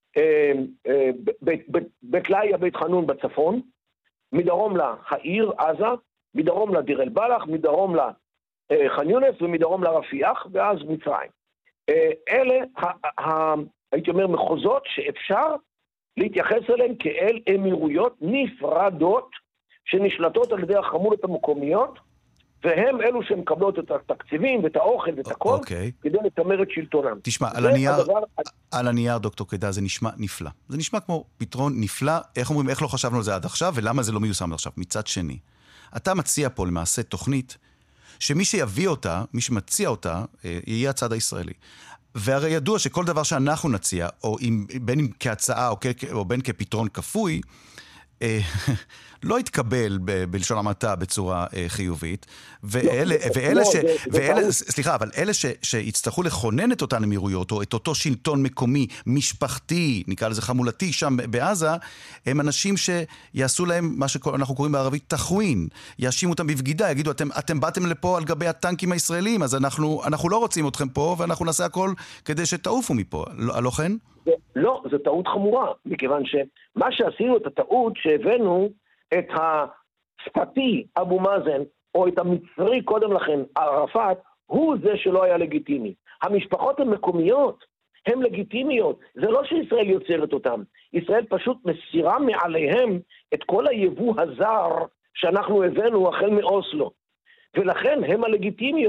Speaker 8: בית לאיה, בית חנון בצפון, מדרום לעיר עזה, מדרום לדיר אל בלח, מדרום לח'אן יונס ומדרום לרפיח, ואז מצרים. אלה הייתי אומר מחוזות שאפשר להתייחס אליהן כאל אמירויות נפרדות שנשלטות על ידי החמולות המקומיות, והם אלו שמקבלות את התקציבים ואת האוכל ואת הכל, okay. כדי לתמר את שלטונם.
Speaker 1: תשמע, על הנייר, הדבר... על הנייר, דוקטור קידר, זה נשמע נפלא. זה נשמע כמו פתרון נפלא. איך אומרים, איך לא חשבנו על זה עד עכשיו, ולמה זה לא מיושם עד עכשיו? מצד שני, אתה מציע פה למעשה תוכנית, שמי שיביא אותה, מי שמציע אותה, יהיה הצד הישראלי. והרי ידוע שכל דבר שאנחנו נציע, או אם, בין אם כהצעה או, כ, או בין כפתרון כפוי, אה, לא יתקבל ב, בלשון המעטה בצורה אה, חיובית, ואלה, לא, ואלה לא, ש... זה, ואלה, זה סליחה, אבל אלה ש, שיצטרכו לכונן את אותן אמירויות, או את אותו שלטון מקומי, משפחתי, נקרא לזה חמולתי שם בעזה, הם אנשים שיעשו להם מה שאנחנו קוראים בערבית תחווין, יאשימו אותם בבגידה, יגידו, אתם, אתם באתם לפה על גבי הטנקים הישראלים, אז אנחנו, אנחנו לא רוצים אתכם פה, ואנחנו נעשה הכל כדי שתעופו מפה, לא, לא כן?
Speaker 8: לא, זו טעות חמורה, מכיוון שמה שעשינו את הטעות שהבאנו את השפתי אבו מאזן, או את המצרי קודם לכן, ערפאת, הוא זה שלא היה לגיטימי. המשפחות המקומיות הן לגיטימיות. זה לא שישראל יוצרת אותם. ישראל פשוט מסירה מעליהם את כל היבוא הזר שאנחנו הבאנו החל מאוסלו. ולכן הם הלגיטימיות.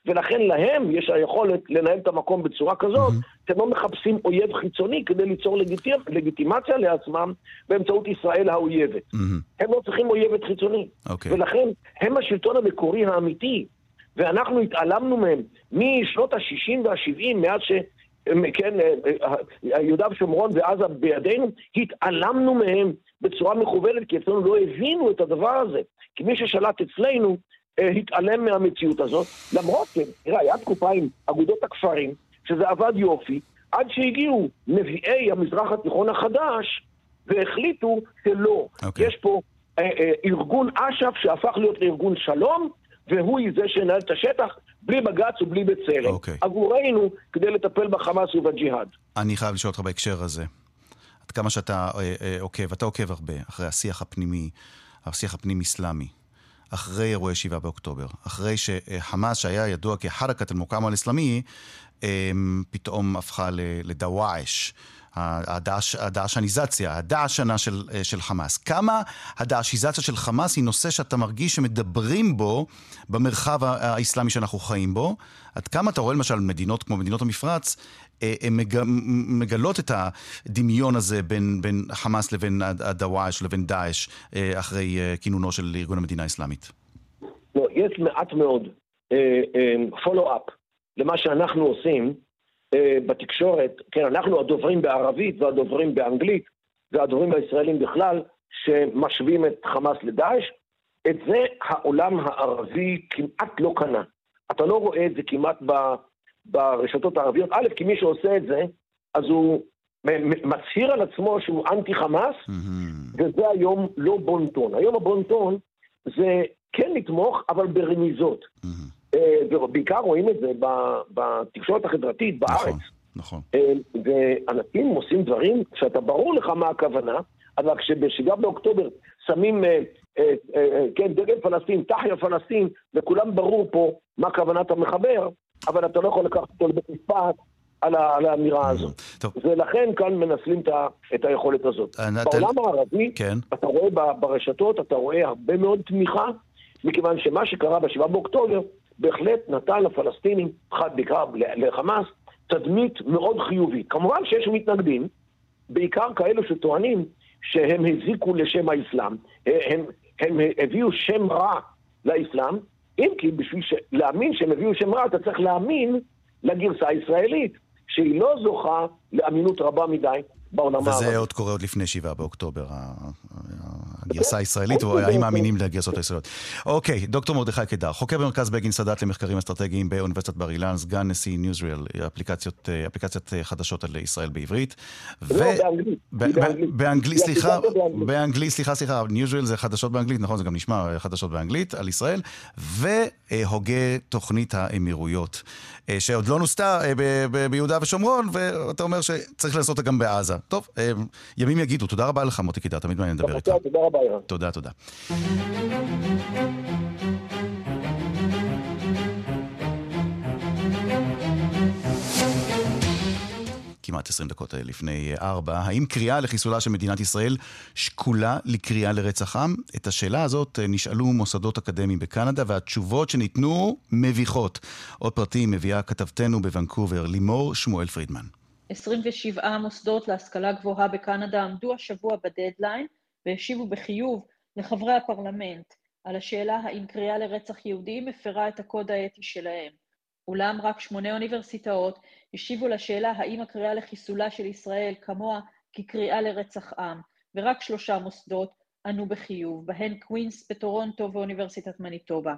Speaker 8: ולכן להם יש היכולת לנהל את המקום בצורה כזאת, שהם לא מחפשים אויב חיצוני כדי ליצור לגיטימ, לגיטימציה לעצמם באמצעות ישראל האויבת. הם לא צריכים אויבת חיצוני. Okay. ולכן הם השלטון המקורי האמיתי, ואנחנו התעלמנו מהם משנות ה-שישים וה-שבעים, מאז ש... כן, יהודה ושומרון ועזה בידינו, התעלמנו מהם בצורה מכוונת, כי אצלנו לא הבינו את הדבר הזה. כי מי ששלט אצלנו התעלם מהמציאות הזאת, למרות כן, תראה, היה תקופה עם אגודות הכפרים, שזה עבד יופי, עד שהגיעו נביאי המזרח התיכון החדש, והחליטו שלא. Okay. יש פה אה, אה, ארגון אש"ף שהפך להיות לארגון שלום, והוא זה שנהל את השטח, בלי בג"ץ ובלי בצלם. Okay. עבורנו, כדי לטפל בחמאס ובג'יהאד.
Speaker 1: אני חייב לשאול אותך בהקשר הזה. עד כמה שאתה אה, אה, עוקב, אתה עוקב הרבה, אחרי השיח הפנימי, השיח הפנים-אסלאמי. אחרי אירועי שבעה באוקטובר, אחרי שחמאס שהיה ידוע כחרקת אל-מוקאמה אל-אסלאמי, פתאום הפכה לדאעש, הדאעשניזציה, הדאעשנה של, של חמאס. כמה הדאעשיזציה של חמאס היא נושא שאתה מרגיש שמדברים בו במרחב האסלאמי שאנחנו חיים בו? עד כמה אתה רואה למשל מדינות כמו מדינות המפרץ, הן מגלות את הדמיון הזה בין, בין חמאס לבין הדאעש, לבין דאעש, אחרי כינונו של ארגון המדינה האסלאמית?
Speaker 8: לא, יש מעט מאוד פולו-אפ למה שאנחנו עושים בתקשורת. כן, אנחנו הדוברים בערבית והדוברים באנגלית והדוברים הישראלים בכלל, שמשווים את חמאס לדאעש. את זה העולם הערבי כמעט לא קנה. אתה לא רואה את זה כמעט ב... ברשתות הערביות. א', כי מי שעושה את זה, אז הוא מצהיר על עצמו שהוא אנטי חמאס, mm-hmm. וזה היום לא בונטון. היום הבונטון זה כן לתמוך, אבל ברמיזות. Mm-hmm. ובעיקר רואים את זה בתקשורת החברתית בארץ.
Speaker 1: נכון, נכון.
Speaker 8: ואנשים עושים דברים שאתה ברור לך מה הכוונה, אבל כשבשבעה באוקטובר שמים כן, דגל פלסטין, תחיה פלסטין, וכולם ברור פה מה כוונת המחבר, אבל אתה לא יכול לקחת אותו לבית משפט על, על האמירה הזאת. טוב. ולכן כאן מנסלים את היכולת הזאת. בעולם הערבי, כן. אתה רואה ברשתות, אתה רואה הרבה מאוד תמיכה, מכיוון שמה שקרה בשבעה באוקטובר, בהחלט נתן לפלסטינים, חד בעיקר לחמאס, תדמית מאוד חיובית. כמובן שיש מתנגדים, בעיקר כאלו שטוענים שהם הזיקו לשם האסלאם, הם, הם הביאו שם רע לאסלאם, אם כי בשביל להאמין שהם הביאו שם רע, אתה צריך להאמין לגרסה הישראלית, שהיא לא זוכה לאמינות רבה מדי בעולם הערבי.
Speaker 1: וזה עוד קורה עוד לפני שבעה באוקטובר, הגרסה הישראלית, או האם מאמינים לגרסות הישראליות. אוקיי, דוקטור מרדכי קדר, חוקר במרכז בגין סאדאת למחקרים אסטרטגיים באוניברסיטת בר אילן, סגן נשיא ניוזריל, אפליקציית חדשות על ישראל בעברית. באנגלית, סליחה, באנגלית, סליחה, סליחה, ניוזריל זה חדשות באנגלית, נכון, זה גם נשמע חדשות באנגלית על ישראל, והוגה תוכנית האמירויות, שעוד לא נוסתה ביהודה ושומרון, ואתה אומר שצריך לעשות אותה גם בעזה. טוב, ימים יגידו. תודה רבה לך, מוטי קידר, תמיד מעניין לדבר איתך.
Speaker 8: תודה רבה.
Speaker 1: תודה, תודה. כמעט עשרים דקות לפני ארבע. האם קריאה לחיסולה של מדינת ישראל שקולה לקריאה לרצח עם? את השאלה הזאת נשאלו מוסדות אקדמיים בקנדה, והתשובות שניתנו מביכות. עוד פרטים מביאה כתבתנו בוונקובר, לימור שמואל פרידמן.
Speaker 9: עשרים ושבעה מוסדות להשכלה גבוהה בקנדה עמדו השבוע בדדליין והשיבו בחיוב לחברי הפרלמנט על השאלה האם קריאה לרצח יהודים מפרה את הקוד האתי שלהם. אולם רק שמונה אוניברסיטאות השיבו לשאלה האם הקריאה לחיסולה של ישראל כמוה כקריאה לרצח עם, ורק שלושה מוסדות ענו בחיוב, בהן קווינס בטורונטו ואוניברסיטת מניטובה.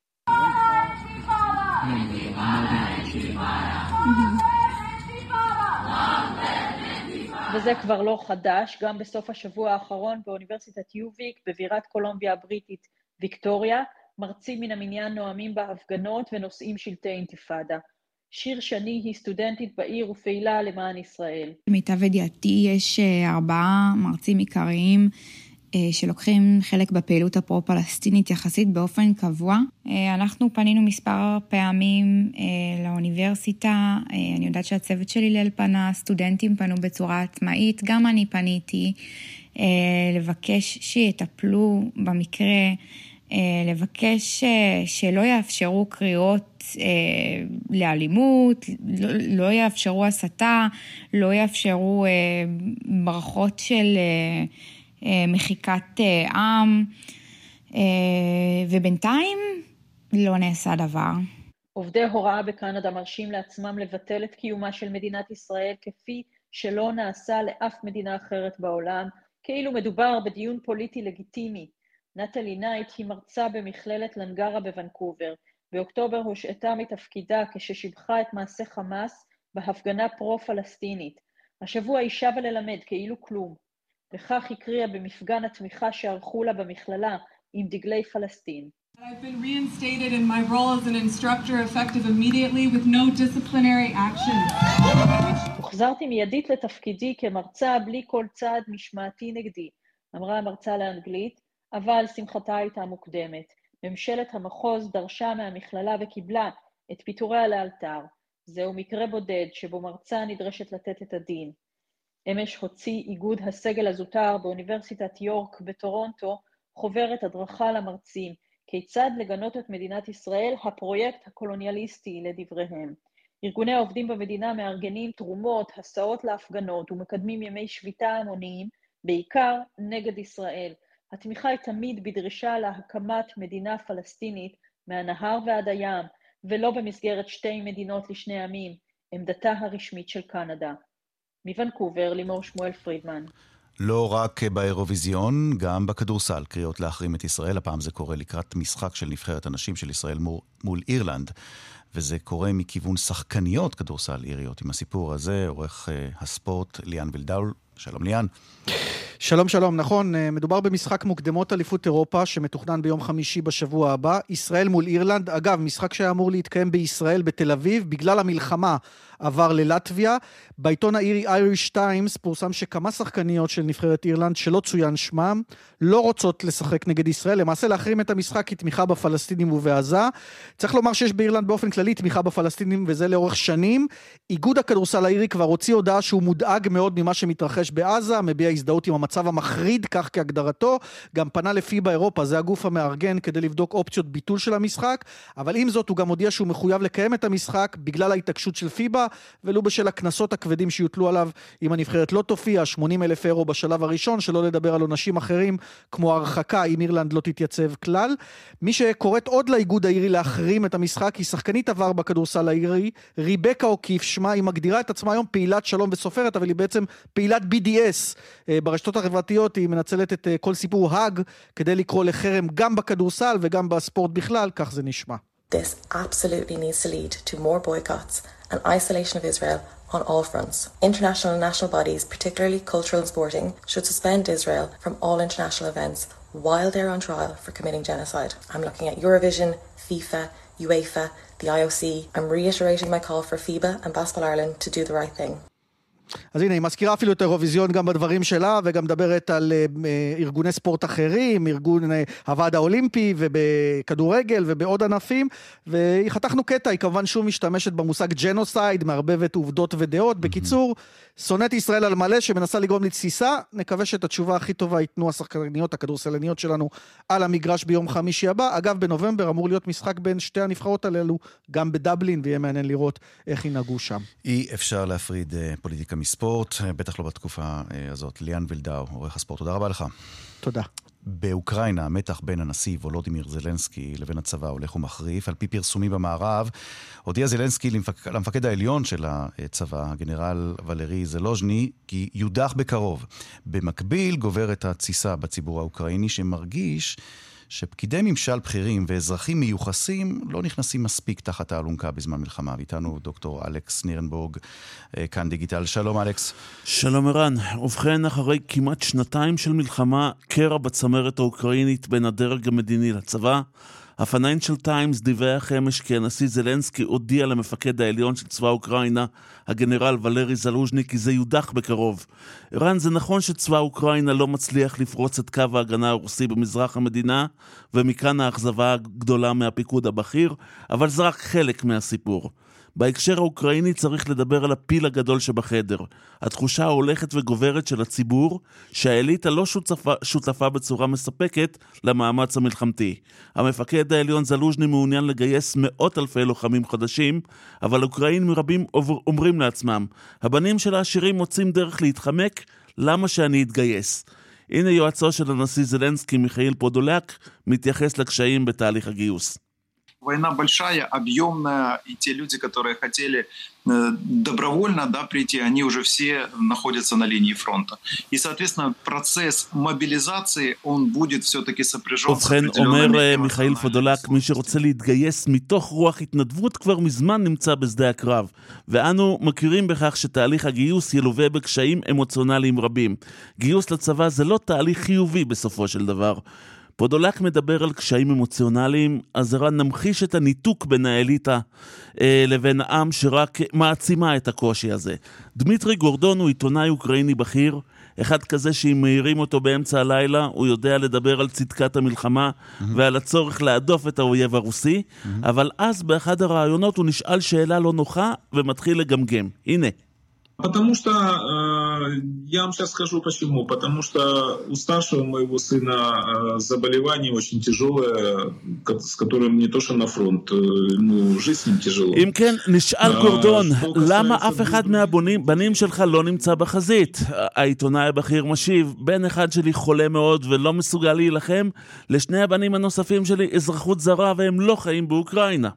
Speaker 9: וזה כבר לא חדש, גם בסוף השבוע האחרון באוניברסיטת יוביק, בבירת קולומביה הבריטית ויקטוריה, מרצים מן המניין נואמים בהפגנות ונושאים שלטי אינתיפאדה. שיר שני היא סטודנטית בעיר ופעילה למען ישראל.
Speaker 10: למיטב ידיעתי יש ארבעה מרצים עיקריים שלוקחים חלק בפעילות הפרו-פלסטינית יחסית באופן קבוע. אנחנו פנינו מספר פעמים לאוניברסיטה, אני יודעת שהצוות שלי ליל פנה, סטודנטים פנו בצורה עצמאית, גם אני פניתי לבקש שיטפלו במקרה לבקש שלא יאפשרו קריאות לאלימות, לא יאפשרו הסתה, לא יאפשרו ברכות של מחיקת עם, ובינתיים לא נעשה דבר.
Speaker 9: עובדי הוראה בקנדה מרשים לעצמם לבטל את קיומה של מדינת ישראל כפי שלא נעשה לאף מדינה אחרת בעולם, כאילו מדובר בדיון פוליטי לגיטימי. נטלי נייט היא מרצה במכללת לנגרה בוונקובר. באוקטובר הושעתה מתפקידה כששיבחה את מעשה חמאס בהפגנה פרו-פלסטינית. השבוע היא שבה ללמד כאילו כלום. וכך הקריאה במפגן התמיכה שערכו לה במכללה עם דגלי פלסטין.
Speaker 11: I've been reinstated in my role as an instructor effective immediately with no disciplinary action.
Speaker 9: הוחזרתי מיידית לתפקידי כמרצה בלי כל צעד משמעתי נגדי, אמרה המרצה לאנגלית, אבל שמחתה הייתה מוקדמת. ממשלת המחוז דרשה מהמכללה וקיבלה את פיטוריה לאלתר. זהו מקרה בודד שבו מרצה נדרשת לתת את הדין. אמש הוציא איגוד הסגל הזוטר באוניברסיטת יורק בטורונטו חוברת הדרכה למרצים, כיצד לגנות את מדינת ישראל, הפרויקט הקולוניאליסטי לדבריהם. ארגוני העובדים במדינה מארגנים תרומות, הסעות להפגנות ומקדמים ימי שביתה המוניים, בעיקר נגד ישראל. התמיכה היא תמיד בדרישה להקמת מדינה פלסטינית מהנהר ועד הים, ולא במסגרת שתי מדינות לשני עמים, עמדתה הרשמית של קנדה. מוונקובר, לימור שמואל פרידמן.
Speaker 1: לא רק באירוויזיון, גם בכדורסל, קריאות להחרים את ישראל. הפעם זה קורה לקראת משחק של נבחרת הנשים של ישראל מול, מול אירלנד, וזה קורה מכיוון שחקניות כדורסל איריות. עם הסיפור הזה, עורך uh, הספורט ליאן וילדאול. שלום ליאן.
Speaker 12: שלום שלום, נכון, מדובר במשחק מוקדמות אליפות אירופה שמתוכנן ביום חמישי בשבוע הבא, ישראל מול אירלנד. אגב, משחק שהיה אמור להתקיים בישראל בתל אביב, בגלל המלחמה עבר ללטביה. בעיתון האירי אייריש טיימס פורסם שכמה שחקניות של נבחרת אירלנד שלא צוין שמם, לא רוצות לשחק נגד ישראל, למעשה להחרים את המשחק כתמיכה בפלסטינים ובעזה. צריך לומר שיש באירלנד באופן כללי תמיכה בפלסטינים, וזה לאורך שנים. איגוד הכדורסל האירי כבר הוציא הודעה שהוא מודאג מאוד ממה שמתרחש בעזה, מביע הזדהות עם המצב המחריד, כך כהגדרתו, גם פנה לפיבה אירופה, זה הגוף המארגן, כדי לבדוק אופציות ביטול של המשחק, אבל עם זאת הוא גם הודיע שהוא מחויב לקיים את המשחק בגלל ההתעקשות של פיבה, ולא בשל הכנסות הכבדים שיוטלו עליו אם הנבחרת לא תופיע, שמונים אלף אירו בשלב הראשון, שלא לדבר על עונשים אחרים, כמו הרחקה אם אירלנד לא תתייצב כלל. מי שקוראת עוד לאיגוד האירי להחרים את המשחק, היא שחקנית עבר בכדורסל האירי, ריבקה אוקיף שמה, היא מגדירה את עצמה היום פעילת שלום וסופרת, אבל היא בעצם פעילת בי די אס. ברשתות החברתיות היא מנצלת את כל סיפור האג כדי לקרוא לחרם גם בכדורסל וגם בספורט בכלל, כך זה נשמע.
Speaker 13: This absolutely needs to lead to more boycotts and isolation of Israel on all fronts. International and national bodies, particularly cultural and sporting, should suspend Israel from all international events while they're on trial for committing genocide. I'm looking at Eurovision, FIFA, UEFA, the I O C. I'm reiterating my call for FIBA and Basketball Ireland to do the right thing.
Speaker 12: אז הנה, היא מזכירה אפילו את האירוויזיון גם בדברים שלה, וגם מדברת על ארגוני ספורט אחרים, ארגון הוועד האולימפי, ובכדורגל, ובעוד ענפים, והיא חתכנו קטע, היא כמובן שוב משתמשת במושג ג'נוסייד, מערבבת עובדות ודעות. בקיצור, שונאת ישראל על מלא, שמנסה לגרום לתסיסה. נקווה שאת התשובה הכי טובה ייתנו השחקניות, הכדורסלניות שלנו, על המגרש ביום חמישי הבא. אגב, בנובמבר אמור להיות משחק בין שתי הנבחרות הללו, גם בדבלין, ויהיה מעניין לראות איך ינהגו שם.
Speaker 1: אי אפשר להפריד פוליטיקה מספורט, בטח לא בתקופה הזאת. ליאן וילדאו, עורך הספורט, תודה רבה לך.
Speaker 12: תודה.
Speaker 1: באוקראינה, המתח בין הנשיא וולודימיר זלנסקי לבין הצבא הולך ומחריף. על פי פרסומים במערב, הודיע זלנסקי למפק... למפקד העליון של הצבא, הגנרל ולרי זלוז'ני, כי יודח בקרוב. במקביל גוברת התסיסה בציבור האוקראיני, שמרגיש שפקידי ממשל בכירים ואזרחים מיוחסים לא נכנסים מספיק תחת האלונקה בזמן מלחמה. ואיתנו דוקטור אלכס נירנבורג, כאן דיגיטל. שלום אלכס.
Speaker 14: שלום ערן. ובכן, אחרי כמעט שנתיים של מלחמה, קרע בצמרת האוקראינית בין הדרג המדיני לצבא, הפייננשל טיימס דיווח אמש כי הנשיא זלנסקי הודיע למפקד העליון של צבא אוקראינה, הגנרל ולרי זלוז'ני, כי זה יודח בקרוב. ערן, זה נכון שצבא אוקראינה לא מצליח לפרוץ את קו ההגנה הרוסי במזרח המדינה, ומכאן האכזבה הגדולה מהפיקוד הבכיר, אבל זה רק חלק מהסיפור. בהקשר האוקראיני צריך לדבר על הפיל הגדול שבחדר. התחושה ההולכת וגוברת של הציבור שהאליטה לא שותפה, שותפה בצורה מספקת למאמץ המלחמתי. המפקד העליון זלוז'ני מעוניין לגייס מאות אלפי לוחמים חדשים, אבל אוקראינים רבים אומרים לעצמם, הבנים של העשירים מוצאים דרך להתחמק, למה שאני אתגייס? הנה יועצו של הנשיא זלנסקי, מיכאיל פודולק, מתייחס לקשיים בתהליך הגיוס.
Speaker 15: Война большая, объемная, и те люди, которые хотели добровольно, да, прийти, они уже все находятся на линии фронта. И, соответственно, процесс мобилизации, он будет все-таки сопряжен с определенными...
Speaker 14: אומר מיכאיל פודולק, מי שרוצה להתגייס מתוך רוח התנדבות כבר מזמן נמצא בשדה הקרב. ואנו מכירים בכך שתהליך הגיוס ילווה בקשיים אמוציונליים רבים. גיוס לצבא זה לא תהליך חיובי בסופו של דבר. פודולק מדבר על קשיים אמוציונליים, אז ערן נמחיש את הניתוק בין האליטה אה, לבין העם שרק מעצימה את הקושי הזה. דמיטרי גורדון הוא עיתונאי אוקראיני בכיר, אחד כזה שאם מהירים אותו באמצע הלילה, הוא יודע לדבר על צדקת המלחמה mm-hmm. ועל הצורך להדוף את האויב הרוסי, mm-hmm. אבל אז באחד הרעיונות הוא נשאל שאלה לא נוחה ומתחיל לגמגם. הנה.
Speaker 16: Потому что, э, я вам сейчас скажу почему, потому что у старшего моего сына э, заболевание очень тяжелое, с которым не то что на фронт, ему жизнь с ним тяжело.
Speaker 14: אם כן, נשאל גורדון, למה אף אחד מהבנים שלך לא נמצא בחזית? העיתונאי הבכיר משיב, בן אחד שלי חולה מאוד ולא מסוגל להילחם, לשני הבנים הנוספים שלי אזרחות זרה והם לא חיים באוקראינה.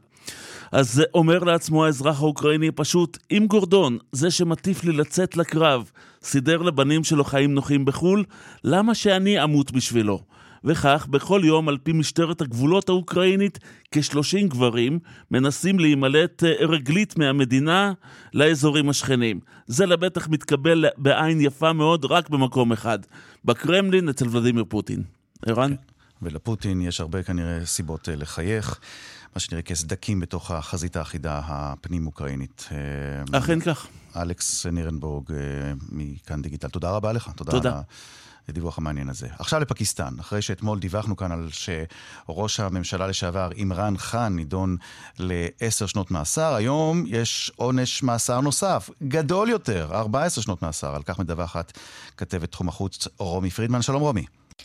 Speaker 14: אז אומר לעצמו האזרח האוקראיני פשוט, אם גורדון, זה שמטיף לי לצאת לקרב, סידר לבנים שלו חיים נוחים בחול, למה שאני אמות בשבילו? וכך, בכל יום, על פי משטרת הגבולות האוקראינית, כ-שלושים גברים מנסים להימלט רגלית מהמדינה לאזורים השכנים. זה לבטח מתקבל בעין יפה מאוד רק במקום אחד, בקרמלין אצל ולדימיר פוטין. ערן?
Speaker 1: ולפוטין יש הרבה כנראה סיבות לחייך. מה שנראה כסדקים בתוך החזית האחידה הפנים-אוקראינית.
Speaker 14: אכן כך.
Speaker 1: אלכס נירנבורג מכאן דיגיטל. תודה רבה לך. תודה.
Speaker 14: תודה.
Speaker 1: על הדיווח המעניין הזה. עכשיו לפקיסטן. אחרי שאתמול דיווחנו כאן על שראש הממשלה לשעבר אימרן חאן נידון לעשר שנות מאסר, היום יש עונש מאסר נוסף, גדול יותר, ארבע עשרה שנות מאסר. על כך מדווחת כתבת תחום החוץ רומי פרידמן. שלום רומי.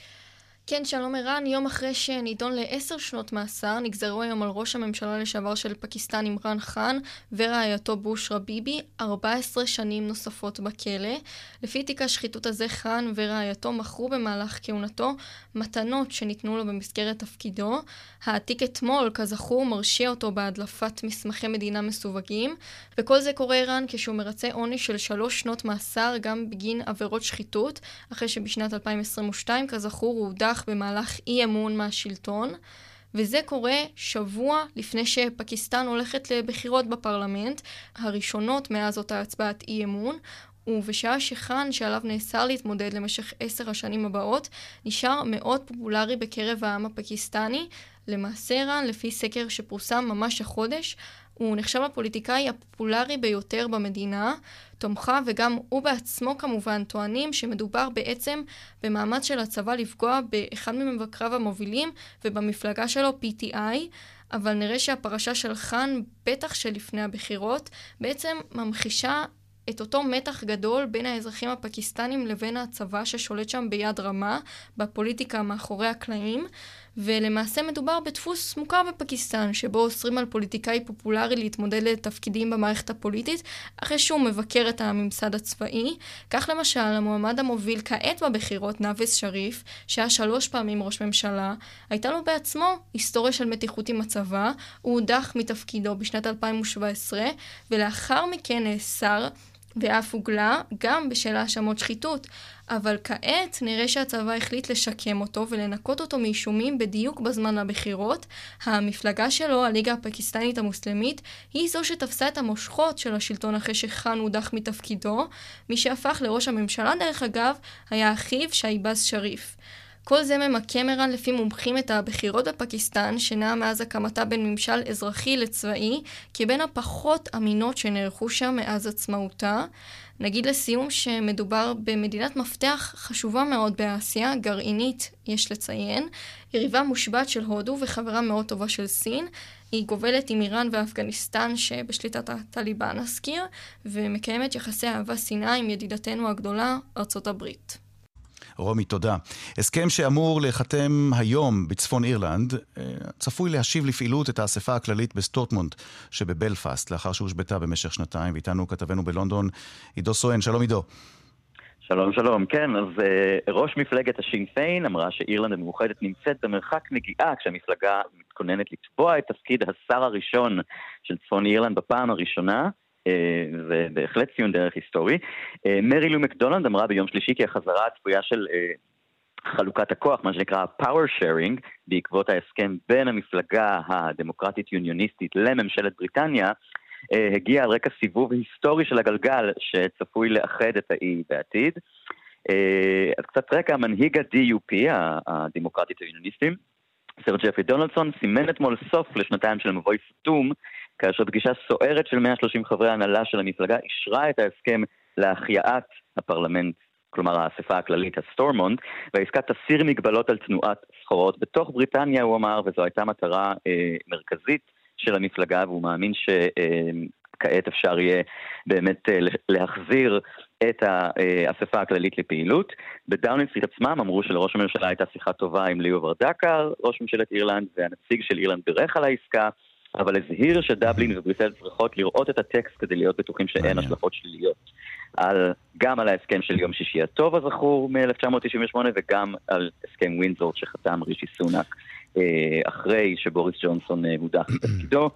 Speaker 17: כן, שלום ערן. יום אחרי שנידון לעשר שנות מאסר, נגזרו היום על ראש הממשלה לשעבר של פקיסטן אימרן חאן ורעייתו בושרה ביבי ארבע עשרה שנים נוספות בכלא. לפי תיק השחיתות הזה, חאן ורעייתו מכרו במהלך כהונתו מתנות שניתנו לו במסגרת תפקידו. העתיק אתמול, כזכור, מרשיע אותו בהדלפת מסמכי מדינה מסווגים, וכל זה קורה ערן כשהוא מרצה עונש של שלוש שנות מאסר גם בגין עבירות שחיתות, אחרי שבשנת אלפיים עשרים ושתיים, כזכור, הוא הודח במהלך אי אמון מהשלטון, וזה קורה שבוע לפני שפקיסטן הולכת לבחירות בפרלמנט, הראשונות מאז אותה הצבעת אי אמון, ובשעה שחאן שעליו נאסר להתמודד למשך עשר השנים הבאות, נשאר מאוד פופולרי בקרב העם הפקיסטני. למעשה ערן, לפי סקר שפורסם ממש החודש, הוא נחשב הפוליטיקאי הפופולרי ביותר במדינה. תומכה וגם הוא בעצמו כמובן טוענים שמדובר בעצם במאמץ של הצבא לפגוע באחד ממבקריו המובילים ובמפלגה שלו פי טי איי, אבל נראה שהפרשה של חאן, בטח שלפני הבחירות, בעצם ממחישה את אותו מתח גדול בין האזרחים הפקיסטנים לבין הצבא ששולט שם ביד רמה בפוליטיקה מאחורי הקלעים, ולמעשה מדובר דפוס מוכר בפקיסטן שבו אוסרים על פוליטיקאי פופולרי להתמודד לתפקידים במערכת הפוליטית אחרי שהוא מבקר את הממסד הצבאי. כך למשל המועמד המוביל כעת בבחירות, נאבז שריף, שהיה שלוש פעמים ראש ממשלה, הייתה לו בעצמו היסטוריה של מתיחות עם הצבא. הוא הודח מתפקידו בשנת אלפיים שבע עשרה ולאחר מכן נאסר ואף הוגלה גם בשל האשמות שחיתות, אבל כעת נראה שהצבא החליט לשקם אותו ולנקות אותו מאישומים בדיוק בזמן הבחירות. המפלגה שלו, הליגה הפקיסטנית המוסלמית, היא זו שתפסה את המושכות של השלטון אחרי שחאן הודח מתפקידו. מי שהפך לראש הממשלה דרך אגב היה אחיו שייבאז שריף. כל זה ממקם ערן לפי מומחים את הבחירות בפקיסטן, שנעה מאז הקמתה בין ממשל אזרחי לצבאי, כבין הפחות אמינות שנערכו שם מאז עצמאותה. נגיד לסיום שמדובר במדינת מפתח חשובה מאוד באסיה, גרעינית יש לציין, יריבה מושבת של הודו וחברה מאוד טובה של סין, היא גובלת עם איראן ואפגניסטן שבשליטת הטליבן אזכיר, ומקיימת יחסי אהבה שנאה עם ידידתנו הגדולה ארצות הברית.
Speaker 1: רומי, תודה. הסכם שאמור להיחתם היום בצפון אירלנד, צפוי להשיב לפעילות את האספה הכללית בסטורטמונט שבבלפאסט, לאחר שהושבתה במשך שנתיים, ואיתנו כתבנו בלונדון, עידו סואן. שלום עידו.
Speaker 18: שלום שלום, כן, אז uh, ראש מפלגת השין פיין אמרה שאירלנד המאוחדת נמצאת במרחק נגיעה כשהמפלגה מתכוננת לתבוע את תפקיד השר הראשון של צפון אירלנד בפעם הראשונה, זה בהחלט ציון דרך היסטורי. מרי לו מקדונלד אמרה ביום שלישי כי החזרה הצפויה של חלוקת הכוח, מה שנקרא power sharing, בעקבות ההסכם בין המפלגה הדמוקרטית יוניוניסטית לממשלת בריטניה, הגיע על רקע סיבוב היסטורי של הגלגל שצפוי לאחד את האי בעתיד. אז קצת רקע, מנהיג ה-די יו פי, הדמוקרטית היוניוניסטים, סר ג'פרי דונלדסון, סימן אתמול סוף לשנתיים של מבוי סתום, כאשר פגישה סוערת של מאה ושלושים חברי ההנהלה של המפלגה אישרה את ההסכם להחייאת הפרלמנט, כלומר האספה הכללית, הסטורמונט, והעסקה תסיר מגבלות על תנועת סחורות בתוך בריטניה, הוא אמר, וזו הייתה מטרה אה, מרכזית של המפלגה, והוא מאמין שכעת אפשר יהיה באמת אה, להחזיר את האספה הכללית לפעילות. בדאונינג סטריט עצמם אמרו שלראש הממשלה הייתה שיחה טובה עם ליאו ורדקר, ראש ממשלת אירלנד, והנציג של אירלנד בירך על העסקה, אבל הזהיר שדבלין ובריסל צריכות לראות את הטקסט כדי להיות בטוחים שאין השלכות שליליות. על, גם על ההסכם של יום שישי הטוב הזכור מ-אלף תשע מאות תשעים ושמונה, וגם על הסכם ווינזור שחתם רישי סונאק אחרי שבוריס ג'ונסון הודח בתפקידו.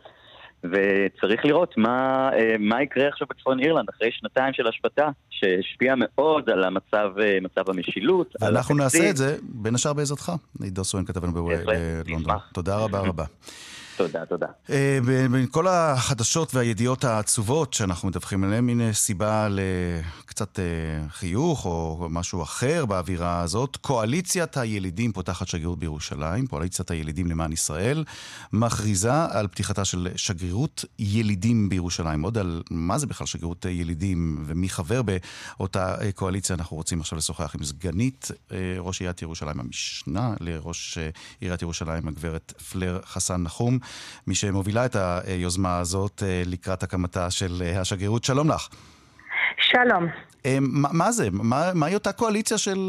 Speaker 18: וצריך לראות מה, מה יקרה עכשיו בצפון אירלנד אחרי שנתיים של השבתה שהשפיע מאוד על המצב, מצב המשילות.
Speaker 1: ואנחנו נעשה את זה בין השאר בעזרתך. עידו סואן כתבנו בלונדון. תודה רבה רבה.
Speaker 18: תודה, תודה.
Speaker 1: בין כל החדשות והידיעות העצובות שאנחנו מדווחים עליהן, הנה סיבה לקצת חיוך או משהו אחר באווירה הזאת. קואליציית הילידים פותחת שגרירות בירושלים, קואליציית הילידים למען ישראל, מכריזה על פתיחתה של שגרירות ילידים בירושלים. עוד על מה זה בכלל שגרירות ילידים ומי חבר באותה קואליציה, אנחנו רוצים עכשיו לשוחח עם סגנית ראש עיריית ירושלים, המשנה לראש עיריית ירושלים, הגברת פלר חסן נחום, מי שמובילה את היוזמה הזאת לקראת הקמתה של השגרירות. שלום לך.
Speaker 19: שלום.
Speaker 1: מה, מה זה? מה, מהי אותה קואליציה של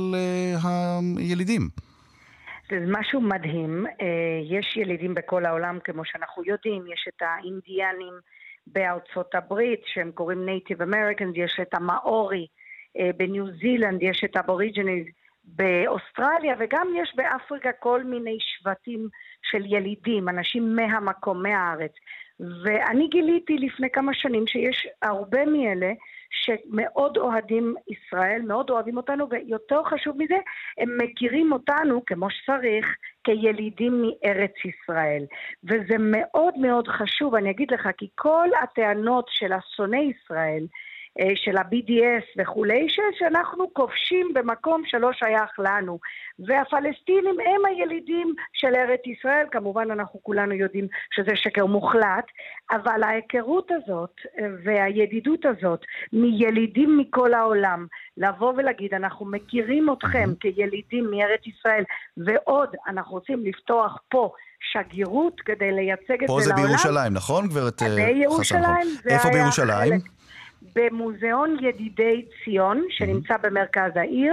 Speaker 1: הילידים?
Speaker 19: זה משהו מדהים. יש ילידים בכל העולם, כמו שאנחנו יודעים. יש את האינדיאנים בארצות הברית, שהם קוראים נייטיב אמריקנס, יש את המאורי בניו זילנד, יש את האבוריג'יניז באוסטרליה, וגם יש באפריקה כל מיני שבטים של ילידים, אנשים מהמקום, מהארץ. ואני גיליתי לפני כמה שנים שיש הרבה מאלה שמאוד אוהדים ישראל, מאוד אוהבים אותנו, ויותר חשוב מזה, הם מכירים אותנו, כמו שצריך, כילידים מארץ ישראל. וזה מאוד מאוד חשוב, אני אגיד לך, כי כל הטענות של השונאי ישראל, של ה-בי די אס וכולי, שאנחנו כובשים במקום שלא שייך לנו. והפלסטינים הם הילידים של ארץ ישראל, כמובן אנחנו כולנו יודעים שזה שקר מוחלט, אבל ההיכרות הזאת והידידות הזאת מילידים מכל העולם, לבוא ולהגיד אנחנו מכירים אתכם כילידים מארץ ישראל, ועוד אנחנו רוצים לפתוח פה שגרירות כדי לייצג את זה לעולם.
Speaker 1: פה זה בירושלים, נכון גברת חסן?
Speaker 19: בירושלים.
Speaker 1: איפה בירושלים?
Speaker 19: במוזיאון ידידי ציון, שנמצא mm-hmm. במרכז העיר,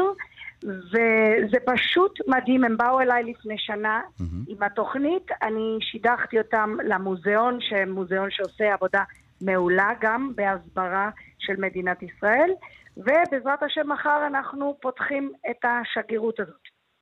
Speaker 19: וזה פשוט מדהים. הם באו אליי לפני שנה mm-hmm. עם התוכנית, אני שידחתי אותם למוזיאון, שמוזיאון שעושה עבודה מעולה גם בהסברה של מדינת ישראל, ובעזרת השם מחר אנחנו פותחים את השגרירות הזאת.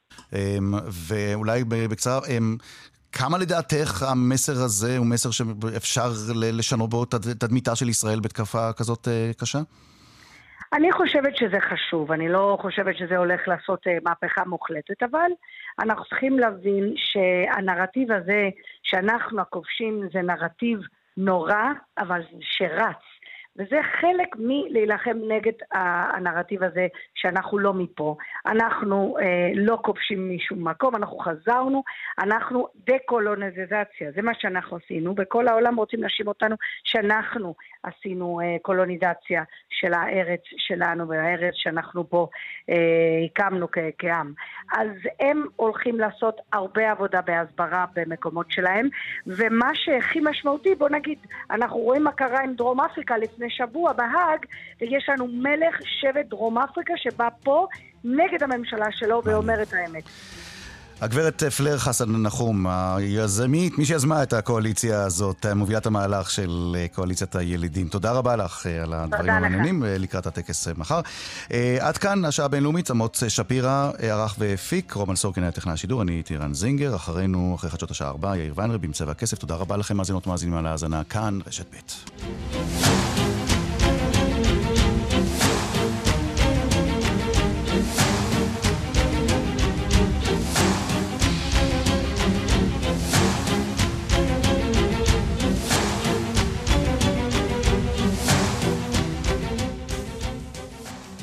Speaker 1: ואולי בקצרה, כמה לדעתך המסר הזה הוא מסר שאפשר לשנות בו תדמיתה של ישראל בתקופה כזאת קשה?
Speaker 19: אני חושבת שזה חשוב, אני לא חושבת שזה הולך לעשות מהפכה מוחלטת, אבל אנחנו צריכים להבין שהנרטיב הזה שאנחנו הכובשים זה נרטיב נורא, אבל שרץ. וזה חלק מלהילחם נגד הנרטיב הזה שאנחנו לא מפה. אנחנו אה, לא כובשים משום מקום, אנחנו חזרנו, אנחנו דקולוניזציה, זה מה שאנחנו עשינו. בכל העולם רוצים להאשים אותנו שאנחנו עשינו אה, קולוניזציה של הארץ שלנו, והארץ שאנחנו פה אה, הקמנו כ- כעם. אז הם הולכים לעשות הרבה עבודה בהסברה במקומות שלהם, ומה שהכי משמעותי, בוא נגיד, אנחנו רואים מה קרה עם דרום אפריקה לפני שבוע בהאג, ויש לנו מלך שבט דרום אפריקה שבא פה נגד הממשלה שלו ואומר את האמת.
Speaker 1: הגברת פלר חסן נחום, היזמית, מי שיזמה את הקואליציה הזאת, מובילת המהלך של קואליציית הילידים. תודה רבה לך על הדברים המעניינים לקראת הטקס מחר. עד כאן השעה הבינלאומית, אמוץ שפירא ערך והפיק, רומן סורקין היה טכנאי השידור, אני טירן זינגר, אחרינו, אחרי חדשות השעה ארבע, יאיר ויינרי במצבע הכסף. תודה רבה לכם, מאזינות ומאזינים על ההאזנה, כאן רשת ב'.